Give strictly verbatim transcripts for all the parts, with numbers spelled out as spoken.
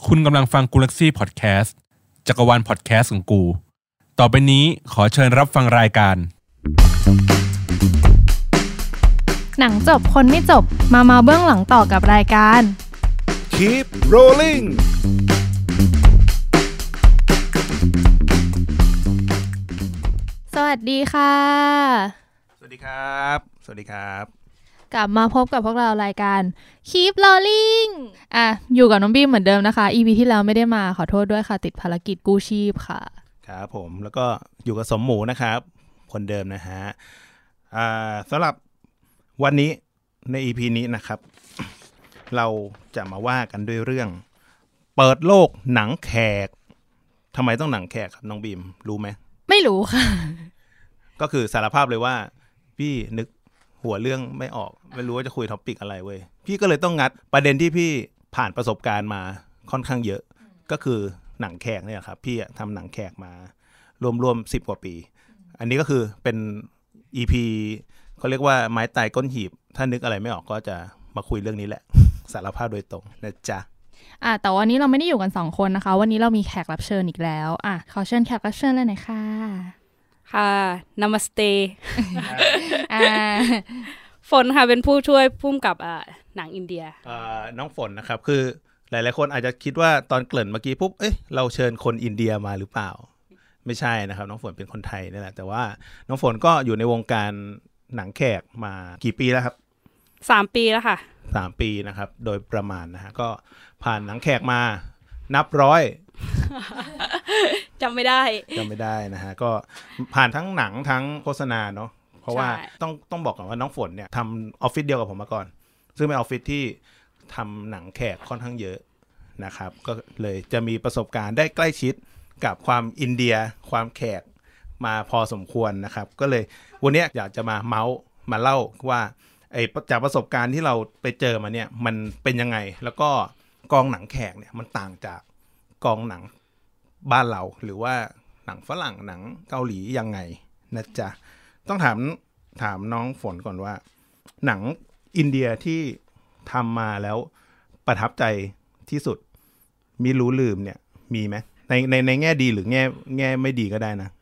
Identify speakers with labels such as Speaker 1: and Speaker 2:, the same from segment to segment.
Speaker 1: คุณกำลังฟังกูลักซี่พอดแคสต์จักรวาลพอดแคสต์ของกูต่อไปนี้ขอเชิญรับฟังรายการ
Speaker 2: หนังจบคนไม่จบมาเมาเบื้องหลังต่อกับรายการ
Speaker 3: Keep Rolling
Speaker 2: สวัสดีค่ะ
Speaker 3: สวัสดีครับสวัสดีครับ
Speaker 2: กลับมาพบกับพวกเรารายการ Keep Rolling อ่ะอยู่กับน้องบีมเหมือนเดิมนะคะ อี พี ที่แล้วไม่ได้มาขอโทษด้วยค่ะติดภารกิจกู้ชีพค่ะ
Speaker 3: ครับผมแล้วก็อยู่กับสมหมูนะครับคนเดิมนะฮะอ่าสำหรับวันนี้ใน อี พี นี้นะครับเราจะมาว่ากันด้วยเรื่องเปิดโลกหนังแขกทำไมต้องหนังแขกครับน้องบีมรู้ไหม
Speaker 2: ไม่รู้ค่ะ
Speaker 3: ก็คือสารภาพเลยว่าพี่นึกหัวเรื่องไม่ออกไม่รู้ว่าจะคุยท็อปิกอะไรเว้ยพี่ก็เลยต้องงัดประเด็นที่พี่ผ่านประสบการณ์มาค่อนข้างเยอะก็คือหนังแขกเนี่ยครับพี่ทำหนังแขกมารวมๆสิบกว่าปีอันนี้ก็คือเป็น อี พี เขาเรียกว่าไม้ตายก้นหีบถ้านึกอะไรไม่ออกก็จะมาคุยเรื่องนี้แหละสารภาพโดยตรงนะจ๊ะ
Speaker 2: อ่ะแต่วันนี้เราไม่ได้อยู่กันสองคนนะคะวันนี้เรามีแขกรับเชิญอีกแล้วอ่ะขอเชิญแขกรับเชิญเลยหน่อยค่ะ
Speaker 4: ค่ะนามัสเตอ่าฝนค่ะเป็นผู้ช่วยผู้กำกับอ่าหนังอินเดีย
Speaker 3: อ่าน้องฝนนะครับคือหลายๆคนอาจจะคิดว่าตอนเกริ่นเมื่อกี้ปุ๊บเอ๊ะเราเชิญคนอินเดียมาหรือเปล่าไม่ใช่นะครับน้องฝนเป็นคนไทยนี่แหละแต่ว่าน้องฝนก็อยู่ในวงการหนังแขกมากี่ปีแล้วครับ
Speaker 4: สามปีแล้วค่ะ
Speaker 3: สามปีนะครับโดยประมาณนะฮะก็ผ่านหนังแขกมานับร้อย
Speaker 4: จำไม่ได้
Speaker 3: จำไม่ได้นะฮะก็ผ่านทั้งหนังทั้งโฆษณาเนาะเพราะว่าต้องต้องบอกก่อนว่าน้องฝนเนี่ยทำออฟฟิศเดียวกับผมมาก่อนซึ่งเป็นออฟฟิศที่ทำหนังแขกค่อนข้างเยอะนะครับก็เลยจะมีประสบการณ์ได้ใกล้ชิดกับความอินเดียความแขกมาพอสมควรนะครับก็เลยวันนี้อยากจะมาเมาส์มาเล่าว่าไอ้จากประสบการณ์ที่เราไปเจอมาเนี่ยมันเป็นยังไงแล้วก็กองหนังแขกเนี่ยมันต่างจากกองหนังบ้านเราหรือว่าหนังฝรั่งหนังเกาหลียังไงนะจ๊ะต้องถามถามน้องฝนก่อนว่าหนังอินเดียที่ทำมาแล้วประทับใจที่สุดมีรู้ลืมเนี่ยมีไหมในในในแง่ดีหรือแง่แง่ไม่ดีก็ได้นะ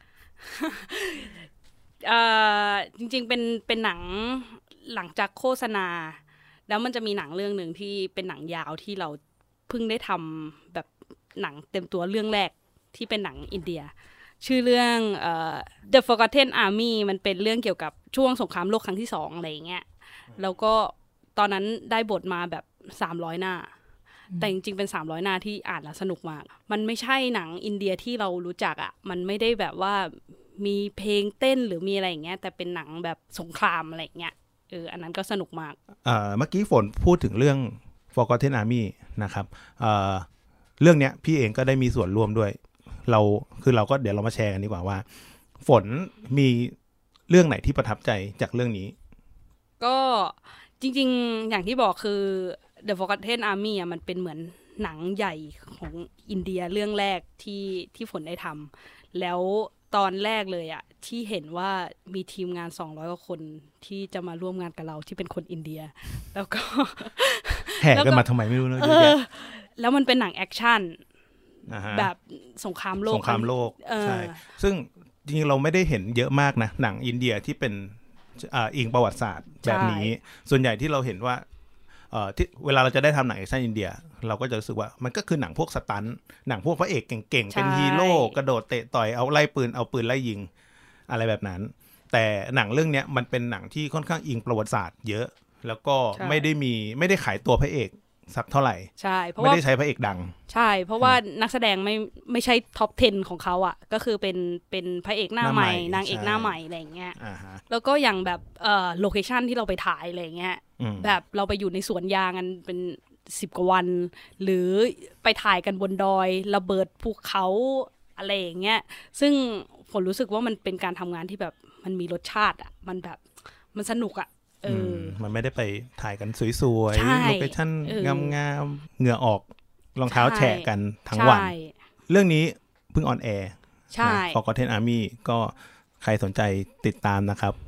Speaker 4: เอ่อจริงๆเป็นเป็นหนังหลังจากโฆษณาแล้วมันจะมีหนังเรื่องหนึ่งที่เป็นหนังยาวที่เราเพิ่งได้ทำแบบหนังเต็มตัวเรื่องแรกที่เป็นหนังอินเดียชื่อเรื่องเอ่อ The Forgotten Army มันเป็นเรื่องเกี่ยวกับช่วงสงครามโลกครั้งที่สองอะไรอย่างเงี้ยแล้วก็ตอนนั้นได้บทมาแบบสามร้อยหน้าแต่จริงๆเป็นสามร้อยหน้าที่อ่านแล้วสนุกมากมันไม่ใช่หนังอินเดียที่เรารู้จักอ่ะมันไม่ได้แบบว่ามีเพลงเต้นหรือมีอะไรอย่างเงี้ยแต่เป็นหนังแบบสงครามอะไรอย่างเงี้ยเอออันนั้นก็สนุกมาก
Speaker 3: เอ่อเมื่อกี้ฝนพูดถึงเรื่อง Forgotten Army นะครับเอ่อเรื่องเนี้ยพี่เองก็ได้มีส่วนร่วมด้วยเราคือเราก็เดี๋ยวเรามาแชร์กันดีกว่าว่าฝนมีเรื่องไหนที่ประทับใจจากเรื่องนี้
Speaker 4: ก็จริงๆอย่างที่บอกคือ The Forgotten Army อ่ะมันเป็นเหมือนหนังใหญ่ของอินเดียเรื่องแรกที่ที่ฝนได้ทำแล้วตอนแรกเลยอ่ะที่เห็นว่ามีทีมงานสองร้อยกว่าคนที่จะมาร่วมงานกับเราที่เป็นคนอินเดียแล้วก็
Speaker 3: แห่กันมาทำไมไม่รู้นะเยอะแยะ
Speaker 4: แล้วมันเป็นหนังแอคชั่นแบบสงครามโลก
Speaker 3: สงครามโลกใช่ซึ่งจริงๆเราไม่ได้เห็นเยอะมากนะหนังอินเดียที่เป็นอ่าอิงประวัติศาสตร์แบบนี้ส่วนใหญ่ที่เราเห็นว่าเอ่อที่เวลาเราจะได้ทำหนังแอคชั่นอินเดียเราก็จะรู้สึกว่ามันก็คือหนังพวกสตันท์หนังพวกพระเอกเก่งๆเป็นฮีโร่กระโดดเตะต่อยเอาไล่ปืนเอาปืนไล่ยิงอะไรแบบนั้นแต่หนังเรื่องนี้มันเป็นหนังที่ค่อนข้างอิงประวัติศาสตร์เยอะแล้วก็ไม่ได้มีไม่ได้ขายตัวพระเอกสักเท่าไหร่
Speaker 4: ใช่เพราะ
Speaker 3: ไม่ได้ใช้พระเอกดัง
Speaker 4: ใช่เพราะว่านักแสดงไม่ไม่ใช่ท็อปสิบของเขาอ่ะก็คือเป็นเป็นพระเอกหน้าใหม่นางเอกหน้าใหม่อะไรอย่างเงี้ยแล้วก็อย่างแบบเอ่อโลเคชั่นที่เราไปถ่ายอะไรอย่างเงี้ยแบบเราไปอยู่ในสวนยางกันเป็นสิบกว่าวันหรือไปถ่ายกันบนดอยระเบิดภูเขาอะไรอย่างเงี้ยซึ่งผมรู้สึกว่ามันเป็นการทำงานที่แบบมันมีรสชาติอ่ะมันแบบมันสนุกอ่ะเออ
Speaker 3: มันไม่ได้ไปถ่ายกันสวยๆโลเคชั่นงามๆเหงื่อออกรองเท้าแฉะกันทั้งวันเรื่องนี้เพิ่งออนแอร์ Forgotten Army ก็ใครสนใจติดตามนะครับ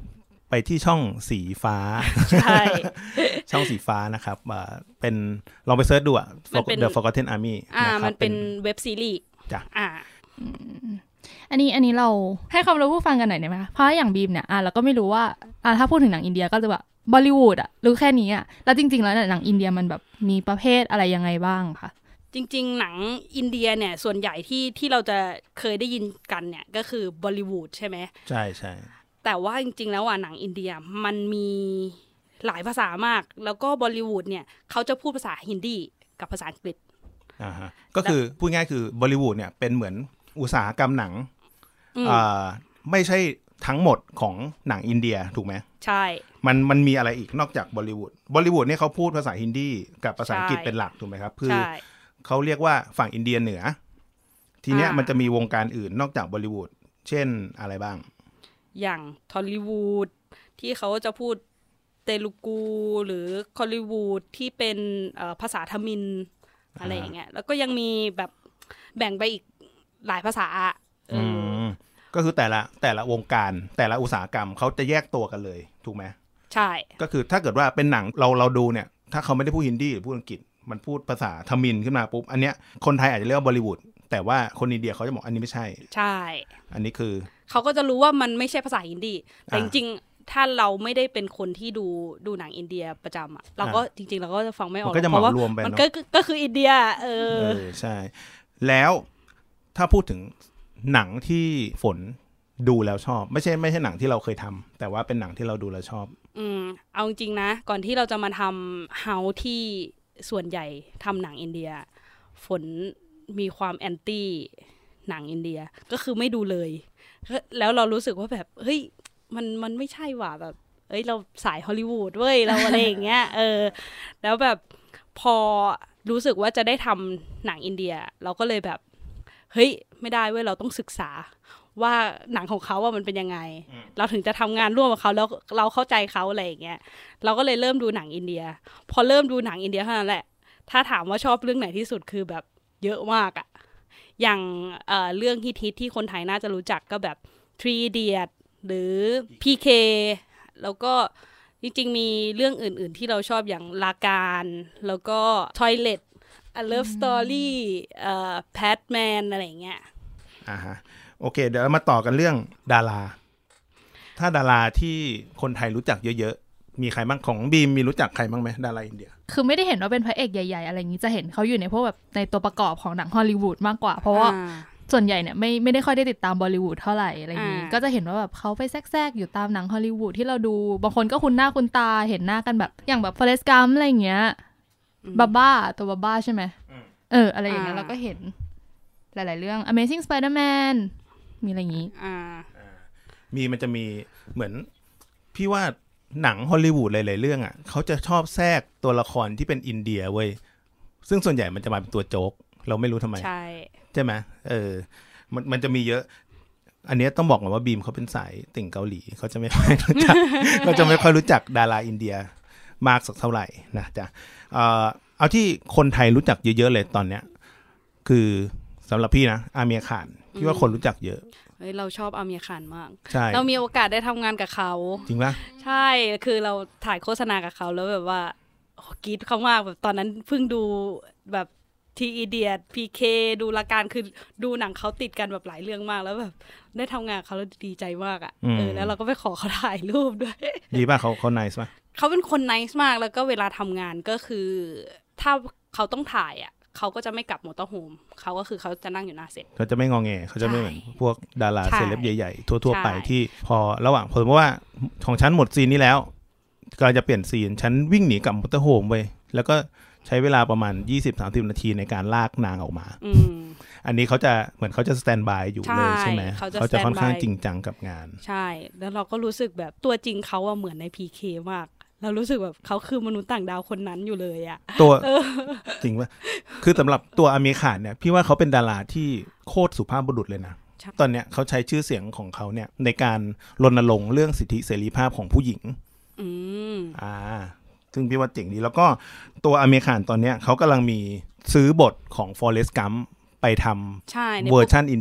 Speaker 3: ไปที่ช่องสีฟ้า
Speaker 4: ใช่
Speaker 3: ช่องสีฟ้านะครับเป็นลองไปเสิร์ชดูอ่ะ The Forgotten Army
Speaker 4: อ่ามันเป็นเว็บซีรีส์
Speaker 3: จ้ะ
Speaker 4: อ่า
Speaker 2: อันนี้อันนี้เราให้ความรู้ผู้ฟังกันหน่อยได้ไหมคะเพราะอย่างบีมเนี่ยอ่ะเราก็ไม่รู้ว่าอ่ะถ้าพูดถึงหนังอินเดียก็จะแบบบอลลิวูดอ่ะรู้แค่นี้อ่ะแล้วจริงๆแล้วหนังอินเดียมันแบบมีประเภทอะไรยังไงบ้างคะ
Speaker 4: จริงๆหนังอินเดียเนี่ยส่วนใหญ่ที่ที่เราจะเคยได้ยินกันเนี่ยก็คือบอลลิวูดใช่ไหม
Speaker 3: ใช่ใช่
Speaker 4: แต่ว่าจริงๆแล้วอ่ะหนังอินเดียมันมีหลายภาษามากแล้วก็บอลลิวูดเนี่ยเขาจะพูดภาษาฮินดีกับภาษาอังกฤษ
Speaker 3: อ่าฮะก็คือพูดง่ายคือบอลลิวูดเนี่ยเป็นเหมือนอุตสาหกรรมหนังอ่าไม่ใช่ทั้งหมดของหนังอินเดียถูกไหม
Speaker 4: ใช่
Speaker 3: มันมันมีอะไรอีกนอกจากบอลลิวูดบอลลิวูดเนี่ยเขาพูดภาษาฮินดีกับภาษาอังกฤษเป็นหลักถูกไหมครับคือเขาเรียกว่าฝั่งอินเดียเหนือทีเนี้ยมันจะมีวงการอื่นนอกจากบอลลิวูดเช่นอะไรบ้าง
Speaker 4: อย่างทอลลีวูดที่เขาจะพูดเตลูกูหรือคอลลีวูดที่เป็นภาษาทมิฬอะไรอย่างเงี้ยแล้วก็ยังมีแบบแบ่งไปอีกหลายภาษา
Speaker 3: อืมก็คือแต่ละแต่ละวงการแต่ละอุตสาหกรรมเขาจะแยกตัวกันเลยถูกไหม
Speaker 4: ใช่
Speaker 3: ก็คือถ้าเกิดว่าเป็นหนังเราเราดูเนี่ยถ้าเขาไม่ได้พูดฮินดีหรือพูดอังกฤษมันพูดภาษาทมิฬขึ้นมาปุ๊บอันเนี้ยคนไทยอาจจะเรียกว่าบอลลิวูดแต่ว่าคนอินเดียเขาจะบอกอันนี้ไม่ใช่
Speaker 4: ใช่
Speaker 3: อันนี้คือ
Speaker 4: เขาก็จะรู้ว่ามันไม่ใช่ภาษาฮินดีแต่จริงๆถ้าเราไม่ได้เป็นคนที่ดูดูหนังอินเดียประจำอ่ะเราก็จริงๆเราก็จะฟังไม่ออก
Speaker 3: เพราะว่า
Speaker 4: มันก็ก็คืออินเดียเออ
Speaker 3: ใช่แล้วถ้าพูดถึงหนังที่ฝนดูแล้วชอบไม่ใช่ไม่ใช่หนังที่เราเคยทำแต่ว่าเป็นหนังที่เราดูแล้วชอบ
Speaker 4: อืมเอาจริงนะก่อนที่เราจะมาทำเฮาที่ส่วนใหญ่ทำหนังอินเดียฝนมีความแอนตี้หนังอินเดียก็คือไม่ดูเลยแล้วเรารู้สึกว่าแบบเฮ้ยมันมันไม่ใช่ว่ะแบบเอ้ยเราสายฮอลลีวูดเว้ยเราอะไรอย่างเงี้ยเออแล้วแบบพอรู้สึกว่าจะได้ทำหนังอินเดียเราก็เลยแบบเฮ้ยไม่ได้เว้ยเราต้องศึกษาว่าหนังของเขาว่ามันเป็นยังไงเราถึงจะทำงานร่วมกับเขาแล้วเราเข้าใจเขาอะไรอย่างเงี้ยเราก็เลยเริ่มดูหนังอินเดียพอเริ่มดูหนังอินเดียเท่านั้นแหละถ้าถามว่าชอบเรื่องไหนที่สุดคือแบบเยอะมากอะอย่างเอ่อเรื่องฮิตๆที่คนไทยน่าจะรู้จักก็แบบThree Idiotsหรือ พี เค แล้วก็จริงๆมีเรื่องอื่นๆที่เราชอบอย่างลาการแล้วก็ Toilet A Love Story เอ่อ Batman อะไรอย่างเงี้ย
Speaker 3: อ่าฮะโอเคเดี๋ยวเรามาต่อกันเรื่องดาราถ้าดาราที่คนไทยรู้จักเยอะๆมีใครบ้างของบีมมีรู้จักใครบ้างไหมดาราอินเดีย
Speaker 2: คือไม่ได้เห็นว่าเป็นพระเอกใหญ่ๆอะไรอย่างนี้จะเห็นเขาอยู่ในพวกแบบในตัวประกอบของหนังฮอลลีวูดมากกว่าเพราะว่าส่วนใหญ่เนี่ยไม่ไม่ได้ค่อยได้ติดตามบอลลีวูดเท่าไหร่อะไรอย่างนี้ก็จะเห็นว่าแบบเขาไปแทรกๆอยู่ตามหนังฮอลลีวูดที่เราดูบางคนก็คุ้นหน้าคุ้นตาเห็นหน้ากันแบบอย่างแบบ Forrest Gump อะไรอย่างเงี้ยบับบ้าตัวบับบ้าใช่ไหมเอออะไรอย่างเงี้ยเราก็เห็นหลายๆเรื่อง Amazing Spider-Man มีอะไรอย่างงี้
Speaker 3: มีมันจะมีเหมือนพี่ว่าหนังฮอลลีวูดหลายๆเรื่องอ่ะเขาจะชอบแทรกตัวละครที่เป็นอินเดียเว้ยซึ่งส่วนใหญ่มันจะมาเป็นตัวโจ๊กเราไม่รู้ทำไมใช่ใช่ไหมเออมันมันจะมีเยอะอันนี้ต้องบอกก่อนว่าบีมเขาเป็นสายติ่งเกาหลีเขาจะไม่ค่อยรู้จักเขาจะไม่ค่อยรู้จักดาราอินเดียมากสักเท่าไหร่นะจ๊ะเอ่อเอาที่คนไทยรู้จักเยอะๆเลยตอนเนี้ยคือสำหรับพี่นะอาเมียร์ข่านพี่ว่าคนรู้จักเยอะ
Speaker 4: เฮ้ยเราชอบอาเมียร์ข่านมาก
Speaker 3: ใช่
Speaker 4: เรามีโอกาสได้ทำงานกับเขา
Speaker 3: จริงปะ
Speaker 4: ใช่คือเราถ่ายโฆษณากับเขาแล้วแบบว่าโอ้กรี๊ดเขามากแบบตอนนั้นเพิ่งดูแบบทีอีเดียด พี เค ดูรายการคือดูหนังเขาติดกันแบบหลายเรื่องมากแล้วแบบได้ทำงานเขาแล้วดีใจมากอ่ะเออแล้วเราก็ไปขอเขาถ่ายรูปด้วย
Speaker 3: ดีป่ะเขาเขาไนซ์ป่ะ
Speaker 4: เขาเป็นคนไนซ์มากแล้วก็เวลาทำงานก็คือถ้าเขาต้องถ่ายอ่ะเขาก็จะไม่กลับมอเตอร์โฮมเขาก็คือเขาจะนั่งอยู่หน้าเซ็ต
Speaker 3: เขาจะไม่งอแงเขาจะไม่เหมือนพวกดาราเซเลบใหญ่ๆทั่วๆไปที่พอระหว่างผมว่าของฉันหมดซีนนี้แล้วก็จะเปลี่ยนซีนฉันวิ่งหนีกลับมอเตอร์โฮมไปแล้วก็ใช้เวลาประมาณ ยี่สิบถึงสามสิบ นาทีในการลากนางออกมาอันนี้เขาจะเหมือนเขาจะสแตนบายอยู่เลยใช่ไหมเขาจะค่อนข้างจริงจังกับงาน
Speaker 4: ใช่แล้วเราก็รู้สึกแบบตัวจริงเขาอะเหมือนใน พี เค มากเรารู้สึกแบบเขาคือมนุษย์ต่างดาวคนนั้นอยู่เลยอะ
Speaker 3: ตัวจริงป่ะคือสำหรับตัวอาเมียร์ข่านเนี่ยพี่ว่าเขาเป็นดาราที่โคตรสุภาพบุรุษเลยนะตอนเนี้ยเขาใช้ชื่อเสียงของเขาเนี่ยในการรณรงค์เรื่องสิทธิเสรีภาพของผู้หญิง
Speaker 4: อืม
Speaker 3: อ่าซึ่งพี่ว่าเจ๋งดีแล้วก็ตัวอาเมียร์ข่านตอนเนี้ยเขากำลังมีซื้อบทของ Forrest Gump ไปทำเวอร์ชันอินเดีย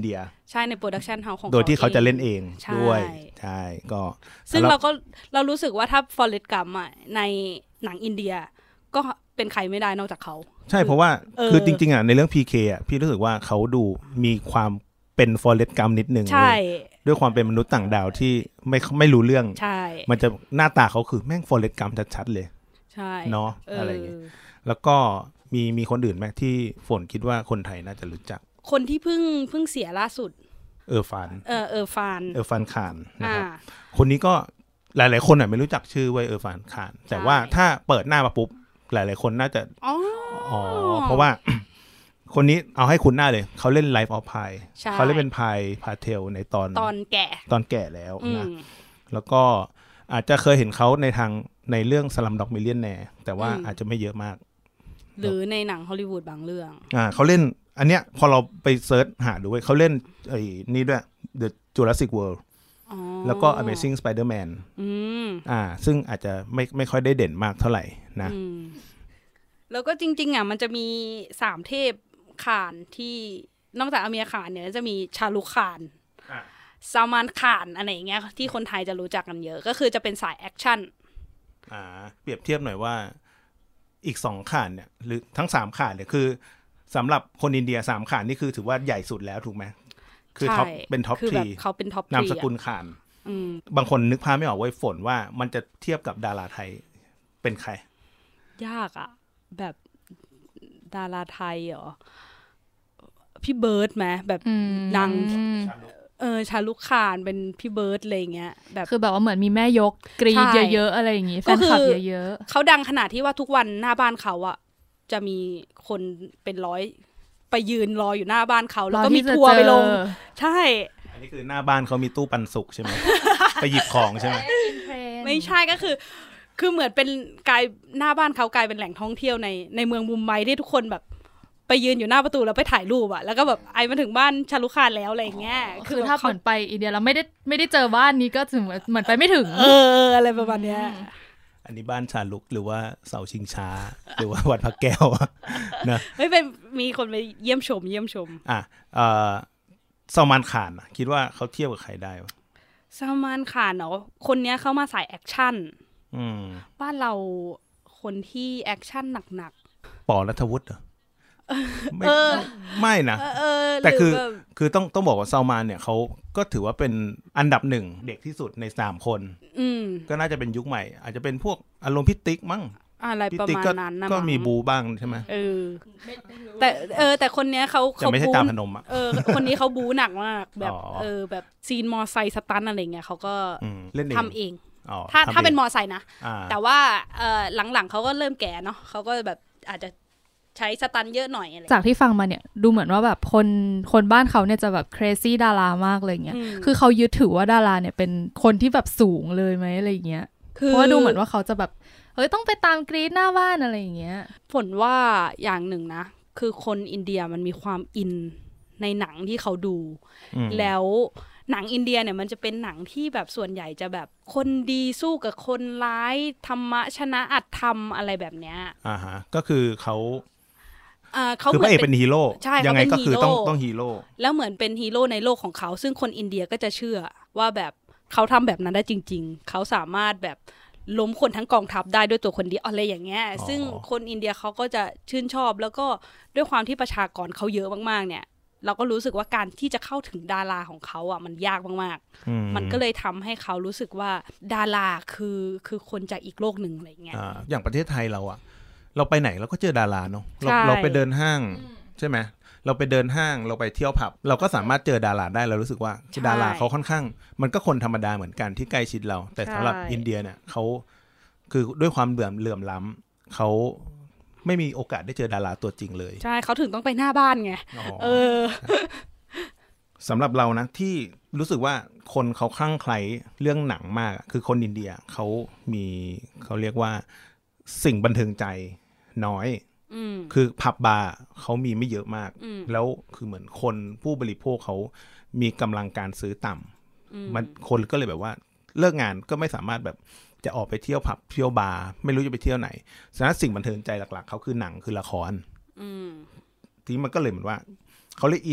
Speaker 4: ใช่ในโปรดักชันเฮาส์ของ
Speaker 3: โดยที่เขาจะเล่นเองด้วยใช่ก็
Speaker 4: ซึ่งเราก็เรารู้สึกว่าถ้า Forrest Gump อ่ะในหนังอินเดียก็เป็นใครไม่ได้นอกจากเขา
Speaker 3: ใช่เพราะว่าคือจริงๆอ่ะในเรื่อง พี เค อ่ะพี่รู้สึกว่าเขาดูมีความเป็น Forrest Gump นิดนึงใช่ด้วยความเป็นมนุษย์ต่างดาวที่ไม่ไม่รู้เรื่องใช่มันจะหน้าตาเขาคือแม่ง Forrest Gump ชัดๆเลยใช่เนาะอะไรอย่างเงี้ยแล้วก็มีมีคนอื่นไหมที่ฝนคิดว่าคนไทยน่าจะรู้จัก
Speaker 4: คนที่เพิ่งเพิ่งเสียล่าสุด
Speaker 3: เออฟาน
Speaker 4: เออเออฟาน
Speaker 3: เออฟานคานนะครับคนนี้ก็หลายๆคนอ่ะไม่รู้จักชื่อไว้เออฟานคานแต่ว่าถ้าเปิดหน้ามาปุ๊บหลายๆคนน่าจะอ๋ออ๋อเพราะว่าคนนี้เอาให้คุณหน้าเลยเขาเล่น Life of Pi เขาเล่นเป็น Pi Patel ในตอน
Speaker 4: ตอนแก่
Speaker 3: ตอนแก่แล้วนะแล้วก็อาจจะเคยเห็นเขาในทางในเรื่อง Slumdog Millionaire แต่ว่าอาจจะไม่เยอะมาก
Speaker 4: หรือในหนังฮอลลีวูดบางเรื่อง
Speaker 3: อ่าเขาเล่นอันเนี้ยพอเราไปเซิร์ชหาดูเขาเล่นไอ้นี่ด้วย The Jurassic World แล้วก็ Amazing Spider-Man อืมอ่าซึ่งอาจจะไม่ไม่ค่อยได้เด่นมากเท่าไหร่นะ
Speaker 4: แล้วก็จริงๆอ่ะมันจะมีสามเทพข่านที่นอกจากอาเมียข่านเนี่ยจะมีชาลุกข่านซาลมานข่านอะไรอย่างเงี้ยที่คนไทยจะรู้จักกันเยอะก็คือจะเป็นสายแอคชั่น
Speaker 3: อ่าเปรียบเทียบหน่อยว่าอีกสองข่านเนี่ยหรือทั้งสามข่านเนี่ยคือสำหรับคนอินเดียสามข่านนี่คือถือว่าใหญ่สุดแล้วถูกไหมคือท็อปเป็นท็อปทรี
Speaker 4: เขาเป็นท็อปทรี
Speaker 3: นามสกุลข่านบางคนนึกภาพไม่ออกว่าฝนว่ามันจะเทียบกับดาราไทยเป็นใคร
Speaker 4: ยากอ่ะแบบดาราไทยเหรอพี่เบิร์ดไหมแบบดังเออชาลุกข่านเป็นพี่เบิร์ดอะไรเงี้ยแบบ
Speaker 2: คือแบบว่าเหมือนมีแม่ยกกรีดเยอะๆอะไรอย่างงี้แฟนคลับเยอะ
Speaker 4: ๆเขาดังขนาดที่ว่าทุกวันหน้าบ้านเขาอะจะมีคนเป็นร้อยไปยืนรออยู่หน้าบ้านเขาแล้วก็มีทัวร์ไปลงใช่
Speaker 3: อันนี้คือหน้าบ้านเขามีตู้ปันสุกใช่ไหม ไปหยิบของใช่ไหม
Speaker 4: ไม่ใช่ก็คือคือเหมือนเป็นกลายหน้าบ้านเขากลายเป็นแหล่งท่องเที่ยวในในเมืองมุมไบที่ทุกคนแบบไปยืนอยู่หน้าประตูแล้วไปถ่ายรูปอะแล้วก็แบบไอมาถึงบ้านชาลุกข่านแล้วอะไรเงี้ย
Speaker 2: คือถ้าเหมือนไปอินเดียเราไม่ได้ไม่ได้เจอบ้านนี้ก็ถึงเหมือนไปไม่ถึง
Speaker 4: เอออะไรประมาณเนี้ย
Speaker 3: อันนี้บ้านชาลุกหรือว่าเสาชิงช้าหรือว่าวัดพระแก้วนะ
Speaker 4: ไม่เป็นมีคนไปเยี่ยมชมเยี่ยมชม
Speaker 3: อ่ะเอ่อซาลมานข่านคิดว่าเขาเทียบกับใครได้วะ
Speaker 4: ซาลมานข่านเนาะคนเนี้ยเขามาสายแอคชั่นบ้านเราคนที่แอคชั่นหนัก
Speaker 3: ๆปอรัฐวุฒิเหรอไม่ไม่นะแต่คือคือต้องต้องบอกว่าซาลมานเนี่ยเขาก็ถือว่าเป็นอันดับหนึ่งเด็กที่สุดในสามคนก็น่าจะเป็นยุคใหม่อาจจะเป็นพวกอารมณ์พิติกมั้ง
Speaker 4: อะไรประมาณนั้นนะ
Speaker 3: ก็มีบูบ้างใช่ไหม
Speaker 4: เออแต่เออแต่คนเนี้ยเขา
Speaker 3: เขาไม่ใช่ตาพนมอ่ะ
Speaker 4: เออคนนี้เขาบูหนักมากแบบเออแบบซีนมอไซค์สตันอะไรเงี้ยเขาก็ทำเองถ้าถ้าเป็นมอไซค์นะแต่ว่าเออหลังๆเขาก็เริ่มแก่เนาะเขาก็แบบอาจจะใช้สตันเยอะหน่อยอะไร
Speaker 2: จากที่ฟังมาเนี่ยดูเหมือนว่าแบบคนคนบ้านเขาเนี่ยจะแบบ crazy ดารามากเลยเงี้ยคือเขายึดถือว่าดาราเนี่ยเป็นคนที่แบบสูงเลยไหมอะไรเงี้ยเพราะว่าดูเหมือนว่าเขาจะแบบเฮ้ยต้องไปตามกรีดหน้าบ้านอะไรอย่างเงี้ย
Speaker 4: ฝนว่าอย่างหนึ่งนะคือคนอินเดียมันมีความอินในหนังที่เขาดูแล้วหนังอินเดียเนี่ยมันจะเป็นหนังที่แบบส่วนใหญ่จะแบบคนดีสู้กับคนร้ายธรรมะชนะอธรรมอะไรแบบเนี้ย
Speaker 3: อ่าฮะก็คือเขา
Speaker 4: เขา
Speaker 3: คือพระเอกเป็นฮีโร่ยังไงก็คือต้องต้องฮีโร่
Speaker 4: แล้วเหมือนเป็นฮีโร่ในโลกของเขาซึ่งคนอินเดียก็จะเชื่อว่าแบบเขาทำแบบนั้นได้จริงๆเขาสามารถแบบล้มคนทั้งกองทัพได้ด้วยตัวคนเดียวอะไรอย่างเงี้ยซึ่งคนอินเดียเขาก็จะชื่นชอบแล้วก็ด้วยความที่ประชากรเขาเยอะมากๆเนี่ยเราก็รู้สึกว่าการที่จะเข้าถึงดาราของเขาอ่ะมันยากมากๆมันก็เลยทำให้เขารู้สึกว่าดาราคือคือคนจากอีกโลกหนึ่งอะไรเงี้ย
Speaker 3: อย่างประเทศไทยเราอ่ะเราไปไหนเราก็เจอดาราเนาะเราเราไปเดินห้างใช่ไหมเราไปเดินห้างเราไปเที่ยวผับเราก็สามารถเจอดาราได้เรารู้สึกว่าดาราเขาค่อนข้างมันก็คนธรรมดาเหมือนกันที่ใกล้ชิดเราแต่สำหรับอินเดียเนี่ยเขาคือด้วยความเหลื่อมเหลื่อมล้ำเขาไม่มีโอกาสได้เจอดาราตัวจริงเลย
Speaker 4: ใช่เขาถึงต้องไปหน้าบ้านไงเออ
Speaker 3: สำหรับเรานะที่รู้สึกว่าคนเขาคลั่งไคล้เรื่องหนังมากคือคนอินเดียเขามีเขาเรียกว่าสิ่งบันเทิงใจน้อยคือผับบาร์เขามีไม่เยอะมากแล้วคือเหมือนคนผู้บริโภคเขามีกำลังการซื้อต่ำมันคนก็เลยแบบว่าเลิกงานก็ไม่สามารถแบบจะออกไปเที่ยวผับเที่ยวบาร์ไม่รู้จะไปเที่ยวไหนฉะนั้นสิ่งบันเทิงใจหลักๆเขาคือหนังคือละครทีมันก็เลยเหมือนว่าเขาเลยอินอ่ะ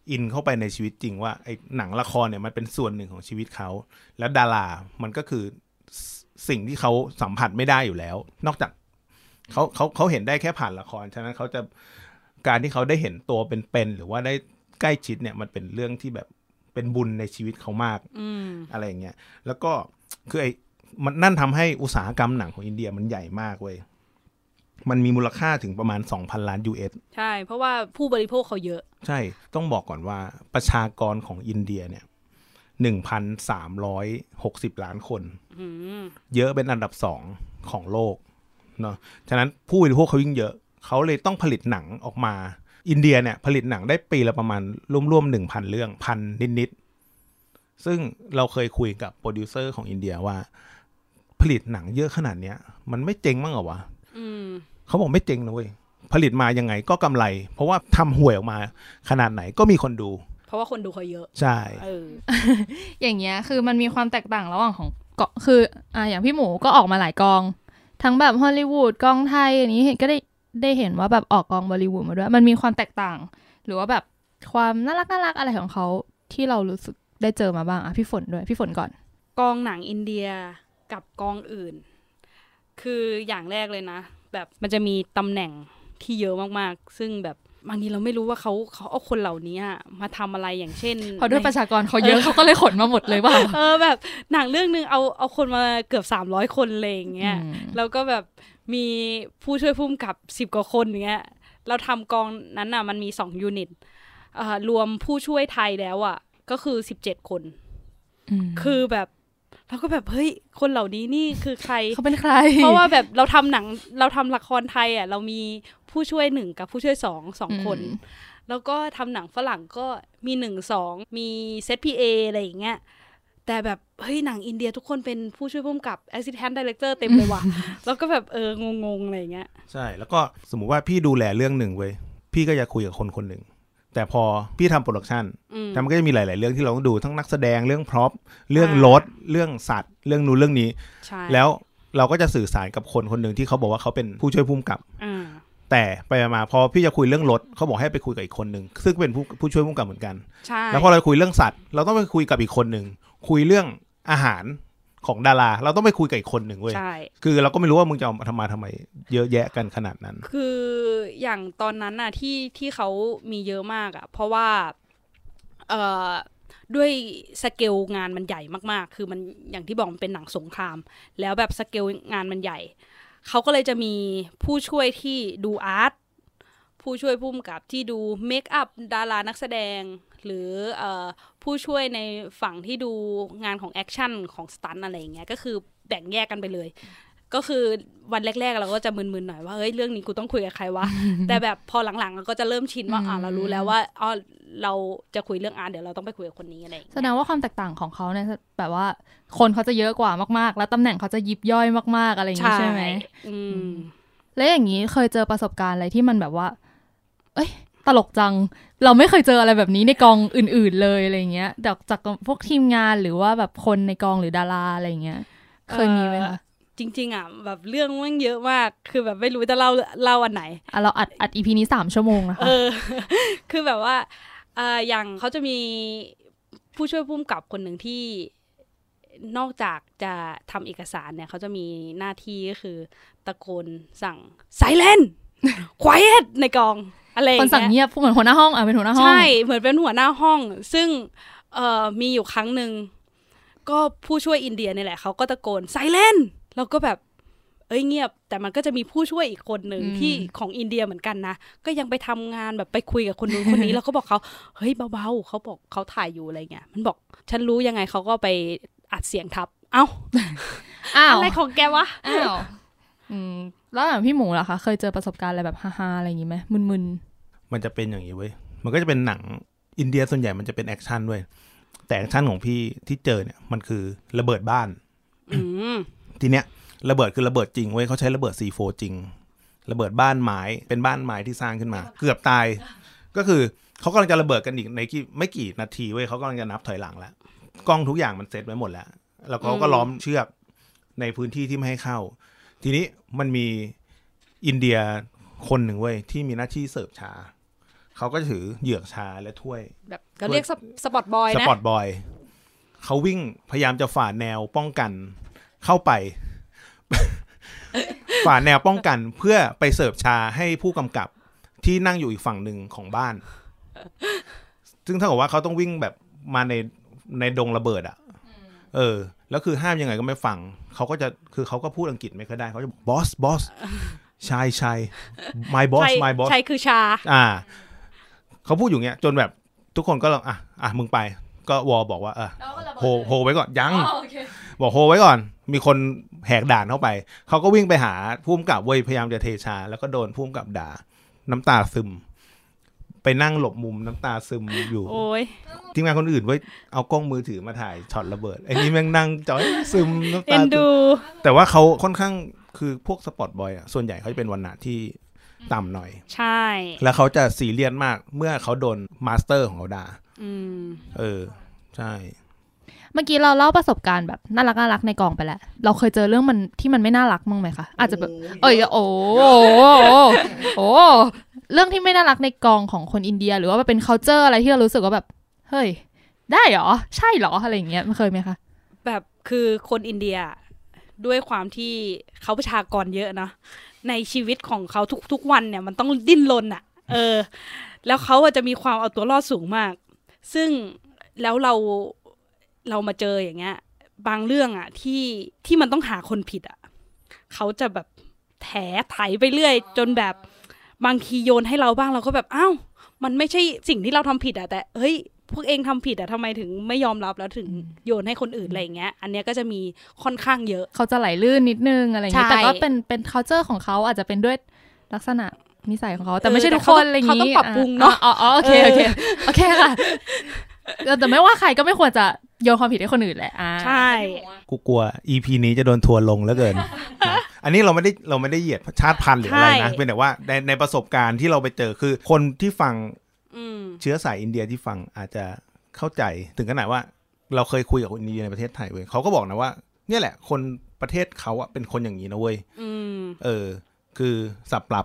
Speaker 3: อินเข้าไปในชีวิตจริงว่าไอ้หนังละครเนี่ยมันเป็นส่วนหนึ่งของชีวิตเขาแล้วดารามันก็คือสิ่งที่เขาสัมผัสไม่ได้อยู่แล้วนอกจากเขาเขาเขาเห็นได้แค่ผ่านละครฉะนั้นเขาจะการที่เขาได้เห็นตัวเป็นๆหรือว่าได้ใกล้ชิดเนี่ยมันเป็นเรื่องที่แบบเป็นบุญในชีวิตเขามาก
Speaker 4: อ
Speaker 3: อะไรอย่างเงี้ยแล้วก็คือไอ้มันนั่นทำให้อุตสาหกรรมหนังของอินเดียมันใหญ่มากเว้ยมันมีมูลค่าถึงประมาณ สองพัน ล้าน ยู เอส
Speaker 4: ใช่เพราะว่าผู้บริโภคเขาเยอะ
Speaker 3: ใช่ต้องบอกก่อนว่าประชากรของอินเดียเนี่ย หนึ่งพันสามร้อยหกสิบ ล้านคนเยอะเป็นอันดับสองของโลกเนาะฉะนั้นผู้บริโภคเขายิ่งเยอะเขาเลยต้องผลิตหนังออกมาอินเดียเนี่ยผลิตหนังได้ปีละประมาณร่วมๆ หนึ่งพัน เรื่องพันนิดๆซึ่งเราเคยคุยกับโปรดิวเซอร์ของอินเดียว่าผลิตหนังเยอะขนาดเนี้ยมันไม่เจ๊งมั้งเหรอวะเขาบอกไม่เจ๊งนะเว้ยผลิตมายังไงก็กำไรเพราะว่าทำห่วยออกมาขนาดไหนก็มีคนดู
Speaker 4: เพราะว่าคนดูเขาเยอะ
Speaker 3: ใช่
Speaker 4: เออ
Speaker 2: อย่างเงี้ยคือมันมีความแตกต่างระหว่างของเกาะคืออ่าอย่างพี่หมูก็ออกมาหลายกองทั้งแบบฮอลลีวูดกองไทยอันนี้ก็ได้ได้เห็นว่าแบบออกกองบอลลีวูดมาด้วยมันมีความแตกต่างหรือว่าแบบความน่ารักน่ารักอะไรของเขาที่เรารู้สึกได้เจอมาบ้างอ่ะพี่ฝนด้วยพี่ฝนก่อน
Speaker 4: กองหนังอินเดียกับกองอื่นคืออย่างแรกเลยนะแบบมันจะมีตำแหน่งที่เยอะมากๆซึ่งแบบบางทีเราไม่รู้ว่าเขาเขาเอาคนเหล่านี้มาทำอะไรอย่างเช่น
Speaker 2: เพราะด้วยประชากรเขาเยอะเขาก็เลยขนมาหมดเลยว่า
Speaker 4: เออแบบหนังเรื่องนึงเอาเอาคนมาเกือบสามร้อยคนเลยอย่างเงี้ยแล้วก็แบบมีผู้ช่วยผู้กำกับสิบกว่าคนอย่างเงี้ยเราทำกองนั้นน่ะมันมีสองยูนิตเอ่อรวมผู้ช่วยไทยแล้วอ่ะก็คือสิบเจ็ดคนคือแบบเราก็แบบเฮ้ยคนเหล่านี้นี่คือใคร
Speaker 2: เขาเป็นใคร
Speaker 4: เพราะว่าแบบเราทำหนังเราทำละครไทยอ่ะเรามีผู้ช่วยหนึ่งกับผู้ช่วยสองสองคนแล้วก็ทำหนังฝรั่งก็มีหนึ่งสองมีเซตพีเออะไรอย่างเงี้ยแต่แบบเฮ้ยหนังอินเดียทุกคนเป็นผู้ช่วยผู้กำกับ assistant director เต็มเลยว่ะ แล้วก็แบบเอองงๆอะไรอย่างเงี้ย
Speaker 3: ใช่แล้วก็สมมุติว่าพี่ดูแลเรื่องหนึ่งเว้ยพี่ก็จะคุยกับคนคนหนึ่งแต่พอพี่ทำโปรดักชันแต่มันก็จะมีหลายๆเรื่องที่เราต้องดูทั้งนักแสดงเรื่องพร็อพเรื่องรถเรื่องสัตว์เรื่องนู้นเรื่องนี้แล้วเราก็จะสื่อสารกับคนคนหนึ่งที่เขาบอกว่าเขาเป็นผู้ช่วยผู้กำกับแต่ไปมาพอพี่จะคุยเรื่องรถเขาบอกให้ไปคุยกับอีกคนหนึ่งซึ่งเป็นผู้ผู้ช่วยผู้กำกับเหมือนกันแล้วพอเราคุยเรื่องสัตว์เราต้องไปคุยกับอีกคนหนึ่งคุยเรื่องอาหารของดาราเราต้องไปคุยกับอีกคนหนึ่งเว้ยคือเราก็ไม่รู้ว่ามึงจะเอามาทำมาทำไมเยอะแยะกันขนาดนั้น
Speaker 4: คืออย่างตอนนั้นน่ะที่ที่เขามีเยอะมากอ่ะเพราะว่าเอ่อด้วยสเกลงานมันใหญ่มากๆคือมันอย่างที่บอกมันเป็นหนังสงครามแล้วแบบสเกลงานมันใหญ่เขาก็เลยจะมีผู้ช่วยที่ดูอาร์ตผู้ช่วยผู้กำกับที่ดูเมคอัพดารานักแสดงหรือเอ่อผู้ช่วยในฝั่งที่ดูงานของแอคชั่นของสตันท์อะไรอย่างเงี้ยก็คือแบ่งแยกกันไปเลยก็คือวันแรกๆเราก็จะมึนๆหน่อยว่าเฮ้ยเรื่องนี้กูต้องคุยกับใครวะ แต่แบบพอหลังๆเราก็จะเริ่มชินว่าอ่ะเรารู้แล้วว่าอ๋อเราจะคุยเรื่องอาร์ตเดี๋ยวเราต้องไปคุยกับคนนี้อะไรอย่างเงี้ย
Speaker 2: แสดงว่าความแตกต่างของเขาเนี่ยแบบว่าคนเขาจะเยอะกว่ามากๆแล้วตำแหน่งเขาจะยิบย่อยมากๆอะไรอย่างงี้ใช่ไหม
Speaker 4: อืม
Speaker 2: แล้วอย่างนี้เคยเจอประสบการณ์อะไรที่มันแบบว่าเอ้ยตลกจังเราไม่เคยเจออะไรแบบนี้ในกองอื่นๆเลยอะไรเงี้ยจากจากพวกทีมงานหรือว่าแบบคนในกองหรือดาราอะไรเงี้ยเคยมีไหมคะ
Speaker 4: จริงๆอ่ะแบบเรื่องมันเยอะมากคือแบบไม่รู้จะเล่าเล่าอันไหน
Speaker 2: อ่ะเราอัดอัด อี พี นี้สามชั่วโมงนะคะ
Speaker 4: เออคือแบบว่าอ่าอย่างเขาจะมีผู้ช่วยผู้กำกับคนหนึ่งที่นอกจากจะทำเอกสารเนี่ยเขาจะมีหน้าที่ก็คือตะโกนสั่ง silent quiet ในกองอะไรอย่างเงี้ย
Speaker 2: คนสั่งเงียบเหมือนหัวหน้าห้องอ่ะเป็นหัวหน้าห้อง
Speaker 4: ใช่เหมือนเป็นหัวหน้าห้องซึ่งเอ่อมีอยู่ครั้งนึงก็ผู้ช่วยอินเดียนี่แหละเขาก็ตะโกน silent แล้วก็แบบเอ้ยเงียบแต่มันก็จะมีผู้ช่วยอีกคนหนึ่งที่ของอินเดียเหมือนกันนะก็ยังไปทำงานแบบไปคุยกับคนนู้นคนนี้ แล้วก็บอกเขาเฮ้ยเบาๆเขาบอกเขาถ่ายอยู่อะไรเงี้ยมันบอกฉันรู้ยังไงเขาก็ไปอัดเสียงทับเอ้า
Speaker 2: อ้าว
Speaker 4: อะไรของแกวะ
Speaker 2: อ้าวอืมแล้วอย่างพี่หมูล่ะคะเคยเจอประสบการณ์อะไรแบบฮาๆอะไรอย่างงี้ไหมมึน
Speaker 3: ๆมันจะเป็นอย่างนี้เว้ยมันก็จะเป็นหนังอินเดียส่วนใหญ่มันจะเป็นแอคชั่นด้วยแต่แอคชั่นของพี่ที่เจอเนี่ยมันคือระเบิดบ้านทีเนี้ยระเบิดคือระเบิดจริงเว้ยเขาใช้ระเบิด ซี โฟร์ จริงระเบิดบ้านไม้เป็นบ้านไม้ที่สร้างขึ้นมาเกือบตายก็คือเขากำลังจะระเบิดกันอีกในไม่กี่นาทีเว้ยเขากำลังจะนับถอยหลังแล้วกล้องทุกอย่างมันเซตไว้หมดแล้วแล้วเขาก็ล้อมเชือกในพื้นที่ที่ไม่ให้เข้าทีนี้มันมีอินเดียคนหนึ่งเว้ยที่มีหน้าที่เสิร์ฟชาเขาก็ถือเหยือกชาและถ้วย
Speaker 4: แบบก็เรียกสปอร์ตบอยนะ
Speaker 3: สปอร์ตบอยเขาวิ่งพยายามจะฝ่าแนวป้องกันเข้าไป ฝ่าแนวป้องกันเพื่อไปเสิร์ฟชาให้ผู้กำกับที่นั่งอยู่อีกฝั่งหนึ่งของบ้านซึ่งเท่ากับว่าเขาต้องวิ่งแบบมาในในดงระเบิดอ่ะเออแล้วคือห้ามยังไงก็ไม่ฟังเขาก็จะคือเขาก็พูดอังกฤษไม่ค่อยได้เขาจะบอกบอสบอสชายชาย my boss my boss
Speaker 4: ชายคือชา
Speaker 3: อ่าเขาพูดอยู่เงี้ยจนแบบทุกคนก็ลองอ่ะอ่ะมึงไปก็วอบอกว่าเออโฮโฮไว้ก่อนยังบอกโฮไว้ก่อนมีคนแหกด่านเข้าไปเขาก็วิ่งไปหาผู้กำกับเว้ยพยายามจะเทชาแล้วก็โดนผู้กำกับด่าน้ำตาซึมไปนั่งหลบมุมน้ำตาซึมอยู่
Speaker 4: โอ้ย
Speaker 3: ทีมงานคนอื่นเว้ยเอากล้องมือถือมาถ่ายช็อตระเบิดไอ้นี่แม่งนั่งจ่อยซึมน้ำตาซึมแต่ว่าเขาค่อนข้างคือพวกสปอร์ตบอยอ่ะส่วนใหญ่เขาจะเป็นวรรณะที่ต่ำหน่อย
Speaker 4: ใช่
Speaker 3: แล้วเขาจะซีเรียสมากเมื่อเขาโดนมาสเตอร์ของเขาด่า
Speaker 4: อืม
Speaker 3: เออใช่
Speaker 2: เมื่อกี้เราเล่าประสบการณ์แบบน่ารักน่ารักในกองไปแล้วเราเคยเจอเรื่องมันที่มันไม่น่ารักมั้งไหมคะอาจจะแบบเอ้ยโอ้โอ้เรื่องที่ไม่น่ารักในกองของคนอินเดียหรือว่าเป็น culture อะไรที่เรารู้สึกว่าแบบเฮ้ยได้เหรอใช่เหรออะไรอย่างเงี้ยมันเคยไหมคะ
Speaker 4: แบบคือคนอินเดียด้วยความที่เขาประชากรเยอะนะในชีวิตของเขาทุกๆวันเนี่ยมันต้องดิ้นรนอ่ะเออแล้วเขาจะมีความเอาตัวรอดสูงมากซึ่งแล้วเราเรามาเจออย่างเงี้ยบางเรื่องอ่ะที่ที่มันต้องหาคนผิดอ่ะเขาจะแบบแถไถไปเรื่อยจนแบบบางทีโยนให้เราบ้างเราก็แบบอ้าวมันไม่ใช่สิ่งที่เราทำผิดอ่ะแต่เฮ้ยพวกเองทำผิดอ่ะทำไมถึงไม่ยอมรับแล้วถึงโยนให้คนอื่นอะไรอย่างเงี้ยอันเนี้ยก็จะมีค่อนข้างเยอะ
Speaker 2: เขาจะไหลลื่นนิดนึงอะไรอย่างเงี้ยแต่ก็เป็นเป็น culture ของเขาอาจจะเป็นด้วยลักษณะนิสัยของเขาแต่ไม่ใช่ทุกคนอะไรอย่างงี้
Speaker 4: เขาต้องปรับปรุงเนาะ
Speaker 2: อ๋อโอเคโอเคโอเคค่ะแต่ไม่ว่าใครก็ไม่ควรจะโยนความผิดให้คนอื่นแหละ
Speaker 4: ใช่
Speaker 3: กูกลัว อี พี นี้จะโดนทัวร์ลงแล้วเกิน อันนี้เราไม่ได้เราไม่ได้เหยียดชาติพันธุ์หรืออะไรนะเป็นแต่ว่าในในประสบการณ์ที่เราไปเจอคือคนที่ฟังเชื้อสายอินเดียที่ฟังอาจจะเข้าใจถึงขนาดว่าเราเคยคุยกับคนอินเดียในประเทศไทยเว้ยเขาก็บอกนะว่าเนี่ยแหละคนประเทศเขาอะเป็นคนอย่างนี้นะเว้ยเออคือสับปรับ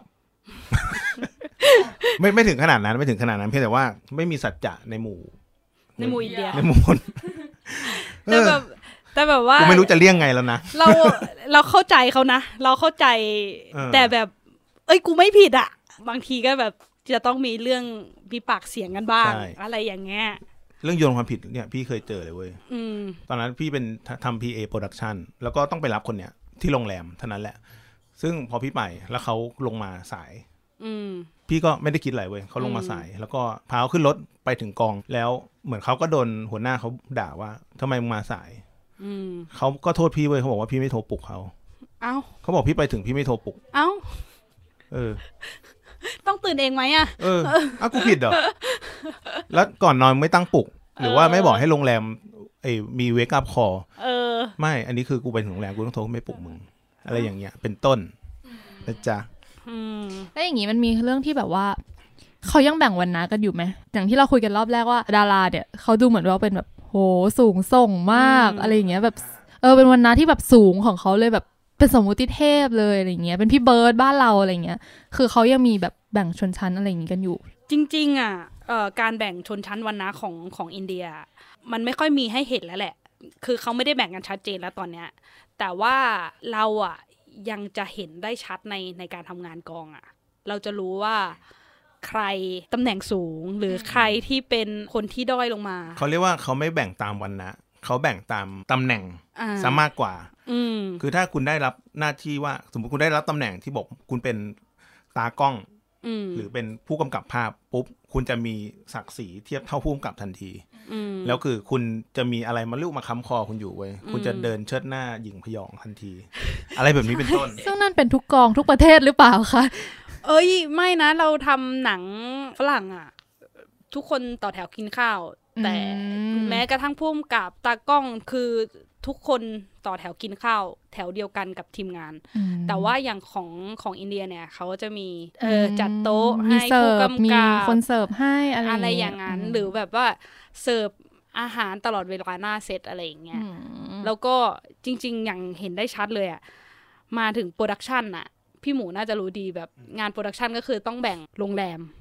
Speaker 3: ไม่ไม่ถึงขนาดนั้นไม่ถึงขนาดนั้นเพียงแต่ว่าไม่มีสัจจะในหมู่
Speaker 4: ในหมู่อินเดีย
Speaker 3: ในหมู่คน
Speaker 4: แต่แบบแต่แบบว่า
Speaker 3: กูไม่รู้จะเลี่ยงไงแล้วนะ
Speaker 4: เราเราเข้าใจเขานะเราเข้าใจแต่แบบเอ้ยกูไม่ผิดอ่ะบางทีก็แบบจะต้องมีเรื่องมีปากเสียงกันบ้างอะไรอย่างเงี้ย
Speaker 3: เรื่องโยนความผิดเนี่ยพี่เคยเจอเลยเว้ยตอนนั้นพี่เป็นทำ พี เอ Production แล้วก็ต้องไปรับคนเนี้ยที่โรงแรมเท่านั้นแหละซึ่งพอพี่ไปแล้วเขาลงมาสายพี่ก็ไม่ได้คิดอะไรเว้ยเขาลงมาสายแล้วก็พาเขาขึ้นรถไปถึงกองแล้วเหมือนเขาก็โดนหัวหน้าเขาด่าว่าทำไมมึงมาสายเขาก็โทษพี่เว้ยเขาบอกว่าพี่ไม่โทรปลุกเขา
Speaker 4: เอ้า
Speaker 3: เขาบอกพี่ไปถึงพี่ไม่โทรปลุก
Speaker 4: เอ้า
Speaker 3: เออ
Speaker 4: ต้องตื่นเองไหมอ่ะ
Speaker 3: เอออ้าวกูผิดเหรอแล้วก่อนนอนไม่ตั้งปลุกหรือว่าไม่บอกให้โรงแรมไอ้มีเวกอัพคอล
Speaker 4: เออ
Speaker 3: ไม่อันนี้คือกูไปถึงโรงแรมกูต้องโทรไม่ปลุกมึงอะไรอย่างเงี้ยเป็นต้นนะจ๊ะ
Speaker 2: แล้วอย่างงี้มันมีเรื่องที่แบบว่าเขายังแบ่งวรรณะกันอยู่ไหมอย่างที่เราคุยกันรอบแรกว่าดาราเนี่ยเขาดูเหมือนว่าเป็นแบบโหสูงส่งมากอะไรอย่างเงี้ยแบบเออเป็นวรรณะที่แบบสูงของเขาเลยแบบเป็นสมมุติเทพเลยอะไรอย่างเงี้ยเป็นพี่เบิร์ดบ้านเราอะไรอย่างเงี้ยคือเขายังมีแบบแบ่งชนชั้นอะไรอย่างงี้กันอยู่
Speaker 4: จริงๆอ่ะเอ่อการแบ่งชนชั้นวรรณะของของอินเดียมันไม่ค่อยมีให้เห็นแล้วแหละคือเขาไม่ได้แบ่งกันชัดเจนแล้วตอนเนี้ยแต่ว่าเราอ่ะยังจะเห็นได้ชัดในในการทำงานกองอ่ะเราจะรู้ว่าใครตำแหน่งสูงหรือใครที่เป็นคนที่ด้อยลงมา
Speaker 3: เขาเรียกว่าเขาไม่แบ่งตามวรรณะเขาแบ่งตามตำแหน่งซะมากกว่าคือถ้าคุณได้รับหน้าที่ว่าสมมติคุณได้รับตำแหน่งที่บอกคุณเป็นตากล้องหรือเป็นผู้กำกับภาพปุ๊บคุณจะมีศักดิ์ศรีเทียบเท่าผู้กำกับทันทีแล้วคือคุณจะมีอะไรมาลูกมาค้ำคอคุณอยู่เว้ยคุณจะเดินเชิดหน้าหยิ่งพยองทันทีอะไรแบบนี้เป็นต้น
Speaker 2: ซึ่งนั่นเป็นทุกกองทุกประเทศหรือเปล่าคะ
Speaker 4: เอ้ยไม่นะเราทำหนังฝรั่งอ่ะทุกคนต่อแถวกินข้าวแต่แม้กระทั่งผู้กำกับตากล้องคือทุกคนต่อแถวกินข้าวแถวเดียวกันกับทีมงานแต่ว่าอย่างของของอินเดียเนี่ยเขาจะมีเออจัดโต๊ะให้ผู้กำกับมี
Speaker 2: คนเสิร์ฟให้อะไร
Speaker 4: อะไรอย่างนั้นหรือแบบว่าเสิร์ฟอาหารตลอดเวลาหน้าเซตอะไรอย่างเงี้ยแล้วก็จริงๆอย่างเห็นได้ชัดเลยอ่ะมาถึงโปรดักชันอ่ะพี่หมูน่าจะรู้ดีแบบงานโปรดักชันก็คือต้องแบ่งโรงแรม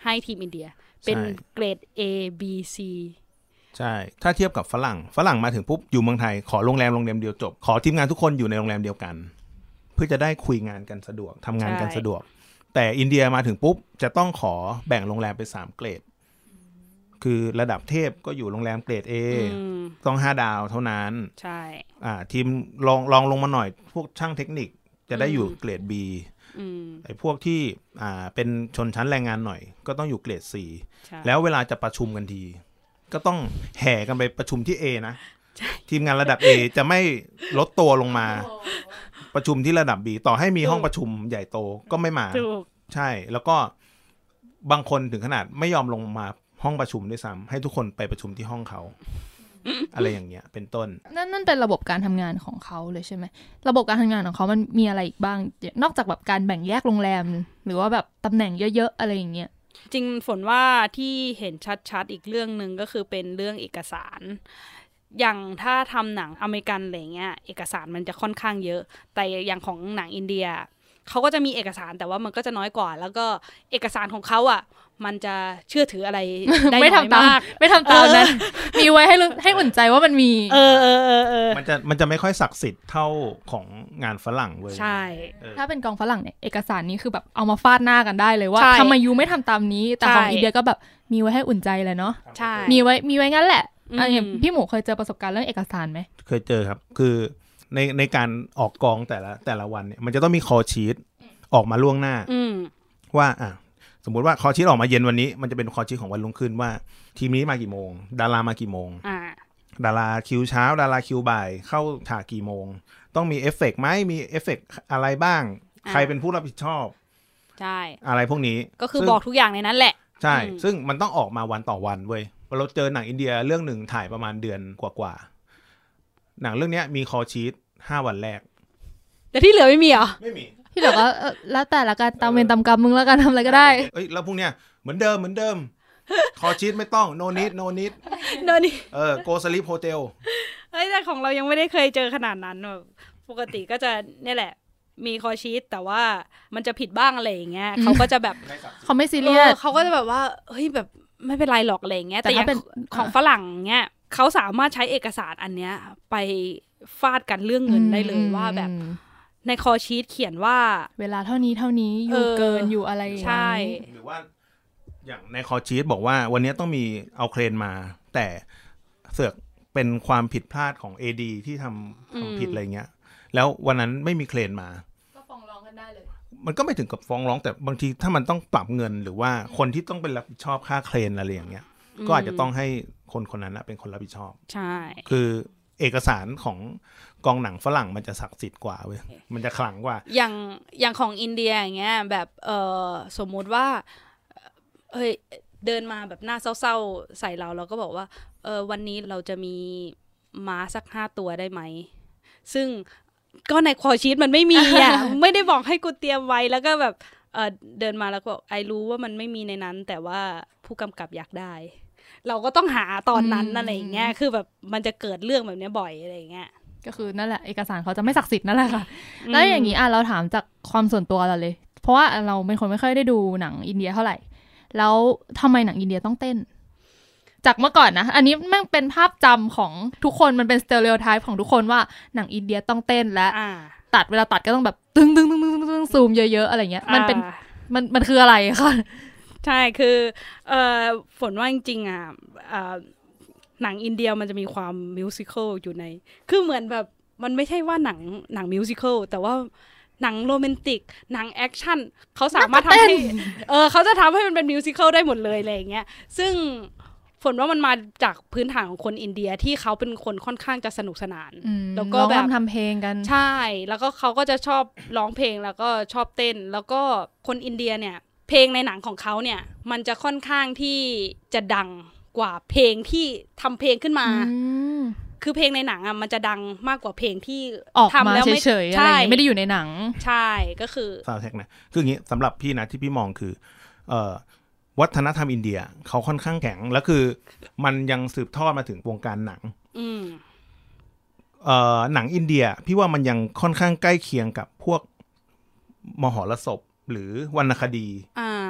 Speaker 4: ให้ทีมอินเดียเป็นเกรด A B C
Speaker 3: ใช่ถ้าเทียบกับฝรั่งฝรั่งมาถึงปุ๊บอยู่เมืองไทยขอโรงแรมโรงแรมเดียวจบขอทีมงานทุกคนอยู่ในโรงแรมเดียวกันเพื่อจะได้คุยงานกันสะดวกทำงานกันสะดวกแต่อินเดียมาถึงปุ๊บจะต้องขอแบ่งโรงแรมเป็นสามเกรดคือระดับเทพก็อยู่โรงแรมเกรด A ต้องห้าดาวเท่านั้น
Speaker 4: ใช่
Speaker 3: อ่าทีมลองลองลงมาหน่อยพวกช่างเทคนิคจะได้อยู่เกรด B ไอ้พวกที่อ่าเป็นชนชั้นแรงงานหน่อยก็ต้องอยู่เกรด C แล้วเวลาจะประชุมกันทีก็ต้องแห่กันไปประชุมที่ A นะทีมงานระดับ A จะไม่ลดตัวลงมาประชุมที่ระดับ B ต่อให้มีห้องประชุมใหญ่โตก็ไม่มาใช่แล้วก็บางคนถึงขนาดไม่ยอมลงมาห้องประชุมด้วยซ้ำให้ทุกคนไปประชุมที่ห้องเขา อะไรอย่างเงี้ยเป็นต้น
Speaker 2: นั่นนั่นเป็นระบบการทำงานของเขาเลยใช่ไหมระบบการทำงานของเขามันมีอะไรอีกบ้างนอกจากแบบการแบ่งแยกโรงแรมหรือว่าแบบตำแหน่งเยอะๆอะไรอย่างเงี้ย
Speaker 4: จริงฝนว่าที่เห็นชัดๆอีกเรื่องนึงก็คือเป็นเรื่องเอกสารอย่างถ้าทำหนังอเมริกันอะไรเงี้ยเอกสารมันจะค่อนข้างเยอะแต่อย่างของหนังอินเดียเขาก็จะมีเอกสารแต่ว่ามันก็จะน้อยกว่าแล้วก็เอกสารของเขาอ่ะมันจะเชื่อถืออะไรได้น้อยมาก
Speaker 2: ไม่ทำตามนั้นมีไว้ให้ให้อุ่นใจว่ามันมี
Speaker 4: เออเออเออเออ
Speaker 3: มันจะมันจะไม่ค่อยศักดิ์สิทธิ์เท่าของงานฝรั่งเว้ย
Speaker 4: ใช่
Speaker 2: ถ้าเป็นกองฝรั่งเนี่ยเอกสารนี้คือแบบเอามาฟาดหน้ากันได้เลยว่าทำไมยูไม่ทำตามนี้แต่ของอินเดียก็แบบมีไว้ให้อุ่นใจเลยเนาะ
Speaker 4: ใช่
Speaker 2: มีไว้มีไว้งั้นแหละอย่างพี่หมูเคยเจอประสบการณ์เรื่องเอกสารไหม
Speaker 3: เคยเจอครับคือในในการออกกองแต่ละแต่ละวันเนี่ยมันจะต้องมีคอชีทออกมาล่วงหน้าว่าอ่ะสมมุติว่าคอชีทออกมาเย็นวันนี้มันจะเป็นคอชีทของวันรุ่งขึ้นว่าทีมนี้มากี่โมงดารามากี่โมงดาราคิวเช้าดาราคิวบ่ายเข้าฉากกี่โมงต้องมีเอฟเฟกต์ไหมมีเอฟเฟกต์อะไรบ้างใครเป็นผู้รับผิดชอบ
Speaker 4: ใช่
Speaker 3: อะไรพวกนี้
Speaker 4: ก็คือบอกทุกอย่างในนั้นแหละ
Speaker 3: ใช่ซึ่งมันต้องออกมาวันต่อวันเว้ยเราเจอหนังอินเดียเรื่องหนึ่งถ่ายประมาณเดือนกว่าๆหนังเรื่องนี้มีคอชีทห้าวันแรก
Speaker 4: แต่ที่เหลือไม่มีเหรอ
Speaker 3: ไม่มี
Speaker 2: ที่เหลือก็แล้วแต่ละกันตามเวรตามกรรมมึงแล้วกันทำอะไรก็ได้
Speaker 3: เอ้ยแล้วพวกเนี้ยเหมือนเดิมเหมือนเดิมคอชีทไม่ต้อง no need no need
Speaker 4: no need
Speaker 3: เออ go sleep hotel
Speaker 4: เฮ้ยแต่ของเรายังไม่ได้เคยเจอขนาดนั้นแบบปกติก็จะเนี่ยแหละมีคอชีทแต่ว่ามันจะผิดบ้างอะไรอย่างเงี้ยเขาก็จะแบบ
Speaker 2: เขาไม่ซีเรียส
Speaker 4: เขาก็จะแบบว่าเฮ้ยแบบไม่เป็นไรหรอกอะไรอย่างเงี้ยแต่ถ้าเป็นของฝรั่งเงี้ยเขาสามารถใช้เอกสารอันเนี้ยไปฟาดกันเรื่องเงินได้เลยว่าแบบในคอชีทเขียนว่า
Speaker 2: เวลาเท่านี้เท่านี้อยู่เกินอยู่อะไรอย่างเงี้ย
Speaker 4: ใช่
Speaker 3: หรือว่าอย่างในคอชีทบอกว่าวันนี้ต้องมีเอาเครนมาแต่เสือกเป็นความผิดพลาดของ เอ ดี ที่ทำทำผิดอะไรเงี้ยแล้ววันนั้นไม่มีเครนมา
Speaker 2: ก็ฟ้องร้องกันได้เลย
Speaker 3: มันก็ไม่ถึงกับฟ้องร้องแต่บางทีถ้ามันต้องปรับเงินหรือว่าคนที่ต้องเป็นรับผิดชอบค่าเครนอะไรอย่างเงี้ยก็อาจจะต้องให้คนคนนั้นเป็นคนรับผิดชอบ
Speaker 4: ใช่
Speaker 3: คือเอกสารของกองหนังฝรั่งมันจะศักดิ์สิทธิ์กว่าเว้ยมันจะขลังกว่า
Speaker 4: อย่างอย่างของอินเดียอย่างเงี้ยแบบเออสมมุติว่าเฮ้ยเดินมาแบบหน้าเศร้าๆใส่เราเราก็บอกว่าเออวันนี้เราจะมีม้าสักห้าตัวได้ไหมซึ่งก็ในคอชีทมันไม่มีอ่ะ ไม่ได้บอกให้กูเตรียมไว้แล้วก็แบบเออเดินมาแล้วก็บอกไอรู้ว่ามันไม่มีในนั้นแต่ว่าผู้กำกับอยากได้เราก็ต้องหาตอนนั้นอะไรอย่างเงี้ยคือแบบมันจะเกิดเรื่องแบบนี้บ่อยอะไรอย่างเงี้ย
Speaker 2: ก็คือนั่นแหละเอกสารเขาจะไม่ศักดิ์สิทธิ์นั่นแหละค่ะแล้วอย่างนี้อ่ะเราถามจากความส่วนตัวเราเลยเพราะว่าเราเป็นคนไม่ค่อยได้ดูหนังอินเดียเท่าไหร่แล้วทำไมหนังอินเดียต้องเต้นจากเมื่อก่อนนะอันนี้แม่งเป็นภาพจำของทุกคนมันเป็นสเตอริโอไทป์ของทุกคนว่าหนังอินเดียต้องเต้นและตัดเวลาตัดก็ต้องแบบตึ้งตึ้งตึ้งตึ้งตึ้งซูมเยอะๆอะไรเงี้ยมันเป็นมันมันคืออะไรคะ
Speaker 4: ใช่คือเอ่อฝนว่าจริงๆอ่ะหนังอินเดียมันจะมีความมิวสิคัลอยู่ในคือเหมือนแบบมันไม่ใช่ว่าหนังหนังมิวสิคัลแต่ว่าหนังโรแมนติกหนังแอคชั่นเขาสามารถทำให้เออเขาจะทำให้มันเป็นมิวสิคัลได้หมดเลยอะไรอย่างเงี้ยซึ่งฝนว่ามันมาจากพื้นฐานของคนอินเดียที่เขาเป็นคนค่อนข้างจะสนุกสนาน
Speaker 2: แล้วก็แบบทำเพลงกัน
Speaker 4: ใช่แล้วก็เขาก็จะชอบร้องเพลงแล้วก็ชอบเต้นแล้วก็คนอินเดียเนี่ยเพลงในหนังของเขาเนี่ยมันจะค่อนข้างที่จะดังกว่าเพลงที่ทำเพลงขึ้นมาคือเพลงในหนังอ่ะมันจะดังมากกว่าเพลงที่
Speaker 2: ทำแล้วไม่เฉยๆอะไรไม่ได้อยู่ในหนัง
Speaker 4: ใช่ก็คือ
Speaker 3: ซาวด์แทร็กนะคืออย่างนี้สำหรับพี่นะที่พี่มองคือเอ่อวัฒนธรรมอินเดียเขาค่อนข้างแข็งแล้วคือมันยังสืบทอดมาถึงวงการหนังเอ่อหนังอินเดียพี่ว่ามันยังค่อนข้างใกล้เคียงกับพวกมหรสพหรือวรรณคดี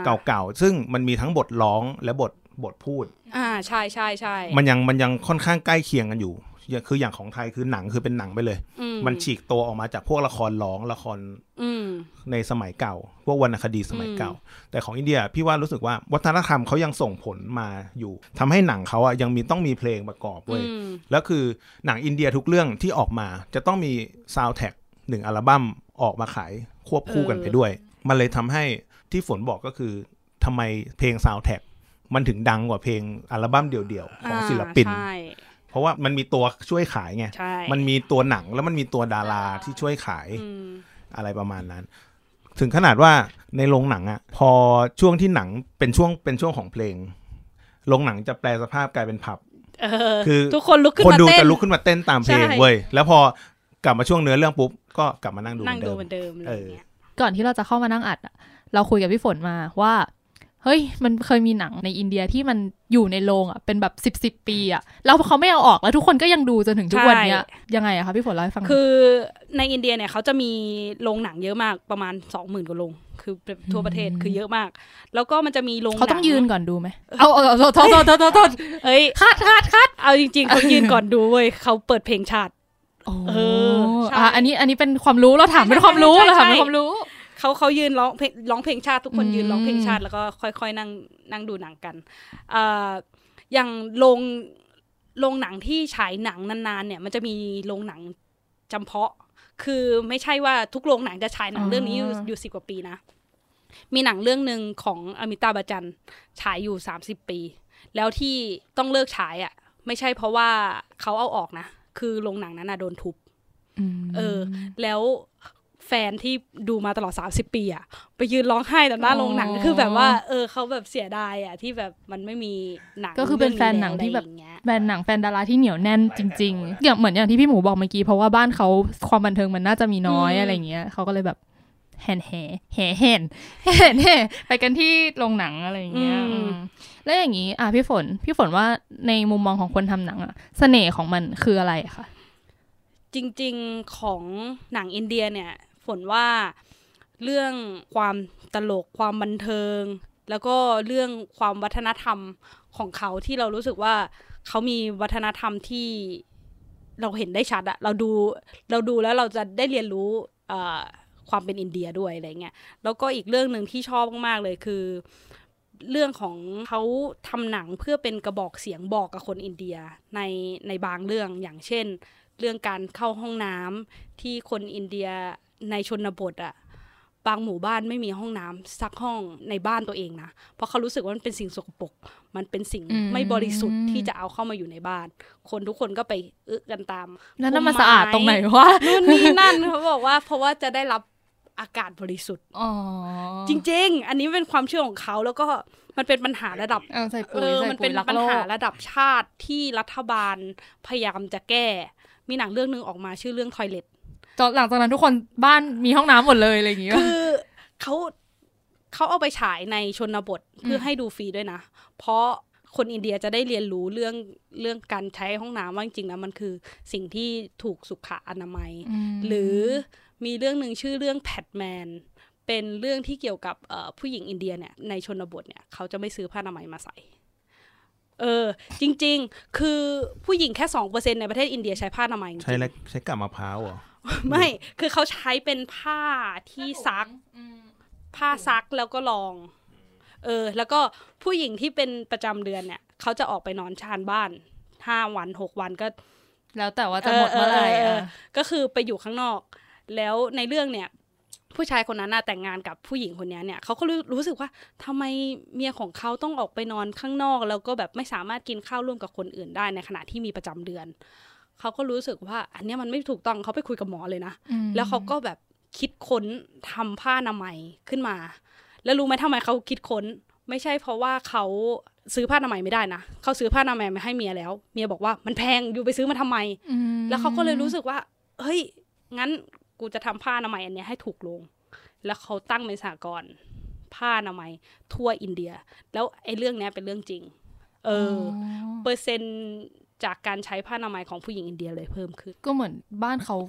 Speaker 3: เก่าๆซึ่งมันมีทั้งบทร้องและบทบทพูด
Speaker 4: อ่าใช่ใช่ใช่
Speaker 3: มันยังมันยังค่อนข้างใกล้เคียงกันอยู่คืออย่างของไทยคือหนังคือเป็นหนังไปเลยมันฉีกตัวออกมาจากพวกละครร้องละครในสมัยเก่าพวกวรรณคดีสมัยเก่าแต่ของอินเดียพี่ว่ารู้สึกว่าวัฒนธรรมเขายังส่งผลมาอยู่ทำให้หนังเขาอ่ะยังมีต้องมีเพลงประกอบเว้ยแล้วคือหนังอินเดียทุกเรื่องที่ออกมาจะต้องมีซาวด์แทร็กหนึ่งอัลบั้มออกมาขายควบคู่กันไปด้วยมันเลยทำให้ที่ฝนบอกก็คือทำไมเพลงซาวด์แทร็กมันถึงดังกว่าเพลงอัลบั้มเดี่ยวๆของศิลปินเพราะว่ามันมีตัวช่วยขายไงมันมีตัวหนังแล้วมันมีตัวดาราที่ช่วยขายอะไรประมาณนั้นถึงขนาดว่าในโรงหนังอ่ะพอช่วงที่หนังเป็นช่วงเป็นช่วงของเพลงโรงหนังจะแปลสภาพกลายเป็นผับ
Speaker 4: คือทุกคนลุกขึ้น
Speaker 3: มาเต้นคนดูจะลุกขึ้นมาเต้นตามเพลงเว้ยแล้วพอกลับมาช่วงเนื้อเรื่องปุ๊บก็กลับมานั่งดูเหมือนเดิม
Speaker 4: เออ
Speaker 2: ก่อนที่เราจะเข้ามานั่งอัดเราคุยกับพี่ฝนมาว่าเฮ้ยมันเคยมีหนังในอินเดียที่มันอยู่ในโรงอ่ะเป็นแบบสิบสิบปีอ่ะแล้วเขาไม่เอาออกแล้วทุกคนก็ยังดูจนถึงทุกวันนี้ยังไงอะคะพี่ฝนเล่าให้ฟัง
Speaker 4: คือในอินเดียเนี่ยเขาจะมีโรงหนังเยอะมากประมาณ สองหมื่น กว่าโรงคือทั่วประเทศคือเยอะมากแล้วก็มันจะมีโรงหนัง
Speaker 2: เขาต้องยืนก่อนดูไหมเอาเอาโทษโทษโทษโทษ
Speaker 4: เอ้ยคัดคัดคัดเอาจริงๆเขายืนก่อนดูเว้ยเขาเปิดเพลงชาติ
Speaker 2: เอออ่ะอันนี้อันนี้เป็นความรู้เราถามเป็นความรู้เราถามเป็นความรู้
Speaker 4: เขาเขายืนร้องเพลงร้องเพลงชาติทุกคนยืนร้องเพลงชาติแล้วก็ค่อยๆนั่งนั่งดูหนังกันอ่าอย่างโรงโรงหนังที่ฉายหนังนานๆเนี่ยมันจะมีโรงหนังจำเพาะคือไม่ใช่ว่าทุกโรงหนังจะฉายหนังเรื่องนี้อยู่อยู่สิบกว่าปีนะมีหนังเรื่องนึงของอมิตาบ บัชชันฉายอยู่สามสิบปีแล้วที่ต้องเลิกฉายอ่ะไม่ใช่เพราะว่าเขาเอาออกนะคือโรงหนังนั้นน่ะโดนทุบเออแล้วแฟนที่ดูมาตลอดสามสิบปีอ่ะไปยืนร้องไห้ต่อหน้าโรงหนังคือแบบว่าเออเขาแบบเสียดายอ่ะที่แบบมันไม่มีหนัง
Speaker 2: ก็คือเป็นแฟนหนังที่แบบแฟนหนังแฟนดาราที่เหนียวแน่นจริงๆอย่างเหมือนอย่างที่พี่หมูบอกเมื่อกี้เพราะว่าบ้านเขาความบันเทิงมันน่าจะมีน้อยอะไรเงี้ยเขาก็เลยแบบแห่แห่แห่แห่แห่แห่ไปกันที่โรงหนังอะไรเงี้ยแล้วอย่างนี้อ่ะพี่ฝนพี่ฝนว่าในมุมมองของคนทำหนังอ่ะเสน่ห์ของมันคืออะไรคะ
Speaker 4: จริงๆของหนังอินเดียเนี่ยฝนว่าเรื่องความตลกความบันเทิงแล้วก็เรื่องความวัฒนธรรมของเขาที่เรารู้สึกว่าเขามีวัฒนธรรมที่เราเห็นได้ชัดอะเราดูเราดูแล้วเราจะได้เรียนรู้ความเป็นอินเดียด้วยอะไรเงี้ยแล้วก็อีกเรื่องนึงที่ชอบมากๆเลยคือเรื่องของเขาทำหนังเพื่อเป็นกระบอกเสียงบอกกับคนอินเดียในในบางเรื่องอย่างเช่นเรื่องการเข้าห้องน้ำที่คนอินเดียในชนบทอะบางหมู่บ้านไม่มีห้องน้ำซักห้องในบ้านตัวเองนะเพราะเขารู้สึกว่ามันเป็นสิ่งสกปรกมันเป็นสิ่งไม่บริสุทธิ์ที่จะเอาเข้ามาอยู่ในบ้านคนทุกคนก็ไปอึกันตาม
Speaker 2: แล้วนั่นมันสะอาดตรงไหนวะ
Speaker 4: นู่นนี่นั่นเขาบอกว่าเพราะว่าจะได้รับอากาศบริสุทธิ์จริงๆอันนี้เป็นความเชื่อของเขาแล้วก็มันเป็นปัญหาระดับเออมันเป็นปัญหาระดับชาติที่รัฐบาลพยายามจะแก้มีหนังเรื่องนึงออกมาชื่อเรื่อง Toilet
Speaker 2: หลังจากนั้นทุกคนบ้านมีห้องน้ำหมดเลยอะไรอย่างเงี้ย
Speaker 4: คือเขาเขาเอาไปฉายในชนบทเพื่อให้ดูฟรีด้วยนะเพราะคนอินเดียจะได้เรียนรู้เรื่องเรื่องการใช้ห้องน้ำว่าจริงๆแล้วมันคือสิ่งที่ถูกสุขอนามัยหรือมีเรื่องนึงชื่อเรื่องแพดแมนเป็นเรื่องที่เกี่ยวกับผู้หญิงอินเดียเนี่ยในชนบทเนี่ยเขาจะไม่ซื้อผ้าอนามัยมาใส่เออจริงๆคือผู้หญิงแค่ สองเปอร์เซ็นต์ ในประเทศอินเดียใช้ผ้าอนามัย
Speaker 3: ใช้อะไรใช้กาบมะพร้าวเหรอ
Speaker 4: ไม่คือเขาใช้เป็นผ้าที่ซักผ้าซักแล้วก็รองเออแล้วก็ผู้หญิงที่เป็นประจำเดือนเนี่ยเขาจะออกไปนอนชานบ้านห้าวันหกวันก็
Speaker 2: แล้วแต่ว่าจะหมดเมื่อไหร่
Speaker 4: ก็คือไปอยู่ข้างนอกแล้วในเรื่องเนี่ยผู้ชายคนนั้นน่ะแต่งงานกับผู้หญิงคนนี้เนี่ยเขาก็รู้รู้สึกว่าทำไมเมียของเขาต้องออกไปนอนข้างนอกแล้วก็แบบไม่สามารถกินข้าวร่วมกับคนอื่นได้ในขณะที่มีประจำเดือนเขาก็รู้สึกว่าอันนี้มันไม่ถูกต้องเขาไปคุยกับหมอเลยนะแล้วเขาก็แบบคิดค้นทำผ้าอนามัยขึ้นมาแล้วรู้ไหมทำไมเขาคิดค้นไม่ใช่เพราะว่าเขาซื้อผ้าอนามัยไม่ได้นะเขาซื้อผ้าอนามัยมาให้เมียแล้วเมียบอกว่ามันแพงอยู่ไปซื้อมาทำไมแล้วเขาก็เลยรู้สึกว่าเฮ้ยงั้นกูจะทำผ้าอนามัยอันนี้ให้ถูกลงแล้วเขาตั้งเป็นสหกรณ์ผ้าอนามัยทั่วอินเดียแล้วไอ้เรื่องนี้เป็นเรื่องจริงเออเปอร์เซ็นต์จากการใช้ผ้าอนามัยของผู้หญิงอินเดียเลยเพิ่มขึ้น
Speaker 2: ก็เหมือนบ้านเขา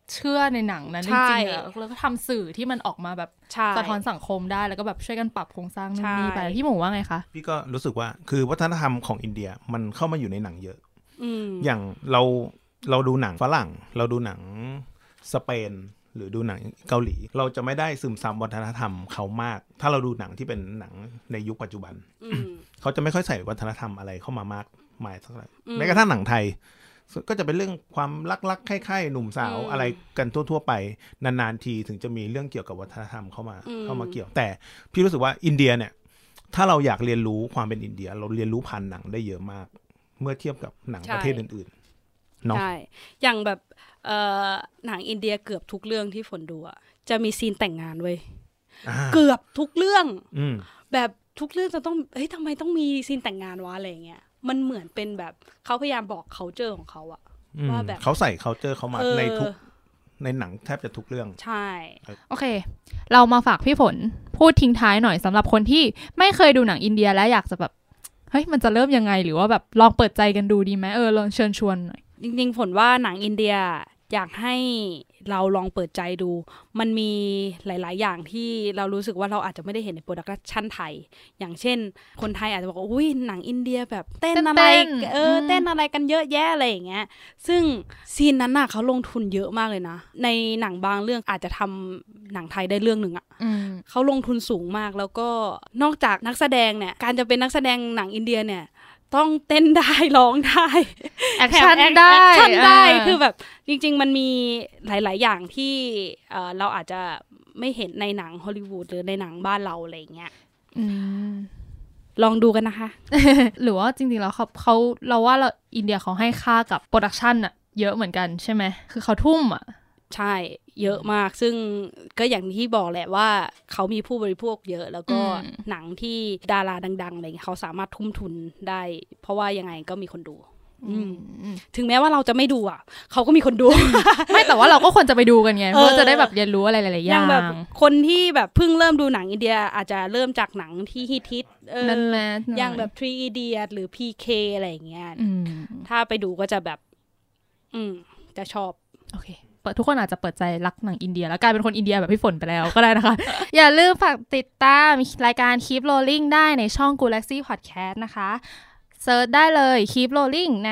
Speaker 2: เชื่อในหนังนั้นจริงๆอะแล้วก็ทำสื่อที่มันออกมาแบบสะท้อนสังคมได้แล้วก็แบบช่วยกันปรับโครงสร้างนู่นนี่ไปพี่หมูว่าไงคะ
Speaker 3: พี่ก็รู้สึกว่าคือวัฒนธรรมของอินเดียมันเข้ามาอยู่ในหนังเยอะอย่างเราเราดูหนังฝรั่งเราดูหนังสเปนหรือดูหนังเกาหลีเราจะไม่ได้ซึมซับวัฒนธรรมเขามากถ้าเราดูหนังที่เป็นหนังในยุคปัจจุบันเขาจะไม่ค่อยใส่วัฒนธรรมอะไรเข้ามามากมายเท่าไหร่แม้กระทั่งหนังไทยก็จะเป็นเรื่องความรักๆใคร่ๆหนุ่มสาวอะไรกันทั่วๆไปนานๆทีถึงจะมีเรื่องเกี่ยวกับวัฒนธรรมเข้ามาเข้ามาเกี่ยวแต่พี่รู้สึกว่าอินเดียเนี่ยถ้าเราอยากเรียนรู้ความเป็นอินเดียเราเรียนรู้ผ่านหนังได้เยอะมากเมื่อเทียบกับหนังประเทศอื่นๆเนาะ
Speaker 4: ใช่อย่างแบบเอ่อหนังอินเดียเกือบทุกเรื่องที่ฝนดูอ่ะจะมีซีนแต่งงานเว้ยเกือบทุกเรื่องแบบทุกเรื่องจะต้องเฮ้ยทำไมต้องมีซีนแต่งงานวะอะไรเงี้ยมันเหมือนเป็นแบบเขาพยายามบอก culture ของเขาอะว่าแบบ
Speaker 3: เขาใส่ culture เขามาในทุกในหนังแทบจะทุกเรื่อง
Speaker 4: ใช่
Speaker 2: โอเคเรามาฝากพี่ฝนพูดทิ้งท้ายหน่อยสำหรับคนที่ไม่เคยดูหนังอินเดียแล้วอยากจะแบบเฮ้ยมันจะเริ่มยังไงหรือว่าแบบลองเปิดใจกันดูดีไหมเออลองเชิญชวนหน่อย
Speaker 4: จริงๆฝนว่าหนังอินเดียอยากให้เราลองเปิดใจดูมันมีหลายๆอย่างที่เรารู้สึกว่าเราอาจจะไม่ได้เห็นในโปรดักชั่นไทยอย่างเช่นคนไทยอาจจะบอกว่าอุ้ยหนังอินเดียแบบเต้นอะไรเออเต้นอะไรกันเยอะแยะอะไรอย่างเงี้ยซึ่งซีนนั้นน่ะเขาลงทุนเยอะมากเลยนะในหนังบางเรื่องอาจจะทำหนังไทยได้เรื่องนึงอ่ะเขาลงทุนสูงมากแล้วก็นอกจากนักแสดงเนี่ยการจะเป็นนักแสดงหนังอินเดียเนี่ยต้องเต้นได้ร้องได้
Speaker 2: แอคชั่นได้
Speaker 4: แอคชั่นได้คือแบบจริงๆมันมีหลายๆอย่างที่เอ่อเราอาจจะไม่เห็นในหนังฮอลลีวูดหรือในหนังบ้านเราอะไรอย่างเงี้ยลองดูกันนะคะ
Speaker 2: หรือว่าจริงๆแล้วเขาเขาเราว่าเราอินเดียเขาให้ค่ากับโปรดักชันอะเยอะเหมือนกันใช่ไหมคือเขาทุ่มอะ
Speaker 4: ใช่เยอะมากซึ่งก็อย่างที่บอกแหละว่าเขามีผู้บริโภคเยอะแล้วก็หนังที่ดาราดังๆอะไรเงี้ยเขาสามารถทุ่มทุนได้เพราะว่ายังไงก็มีคนดูถึงแม้ว่าเราจะไม่ดูอ่ะเขาก็มีคนดู
Speaker 2: ไม่แต่ว่าเราก็ควรจะไปดูกันไงเพื่อจะได้แบบเรียนรู้อะไรหลายๆอย่าง
Speaker 4: แบบคนที่แบบเพิ่งเริ่มดูหนังอินเดียอาจจะเริ่มจากหนังที่ฮิตๆเอออย่างแบบ Three Idiots หรือ พี เค อะไรอย่างเงี้ยถ้าไปดูก็จะแบบอืมจะชอบ
Speaker 2: โอเคทุกคนอาจจะเปิดใจรักหนังอินเดียแล้วกลายเป็นคนอินเดียแบบพี่ฝนไปแล้วก็ได้นะคะ อย่าลืมฝากติดตามรายการ Keep Rolling ได้ในช่อง Galaxy Podcast นะคะเซิร์ชได้เลย Keep Rolling ใน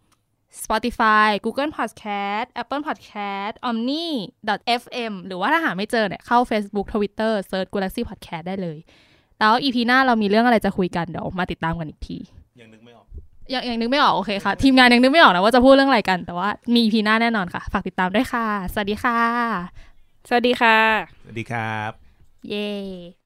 Speaker 2: Spotify Google Podcast Apple Podcast Omni ดอท เอฟ เอ็ม หรือว่าถ้าหาไม่เจอเนี่ยเข้า Facebook Twitter เซิร์ช Galaxy Podcast ได้เลยแล้ว อี พี หน้าเรามีเรื่องอะไรจะคุยกันเดี๋ยวมาติดตามกันอีกที
Speaker 3: ยังนึกไม่ออก
Speaker 2: ยังยังนึกไม่ออกโอเคค่ะทีมงานยังนึกไม่ออกนะว่าจะพูดเรื่องอะไรกันแต่ว่ามี อี พี หน้าแน่นอนค่ะฝากติดตามด้วยค่ะสวัสดีค่ะ
Speaker 4: สวัสดีค่ะ
Speaker 3: สวัสดีครับ
Speaker 2: เย้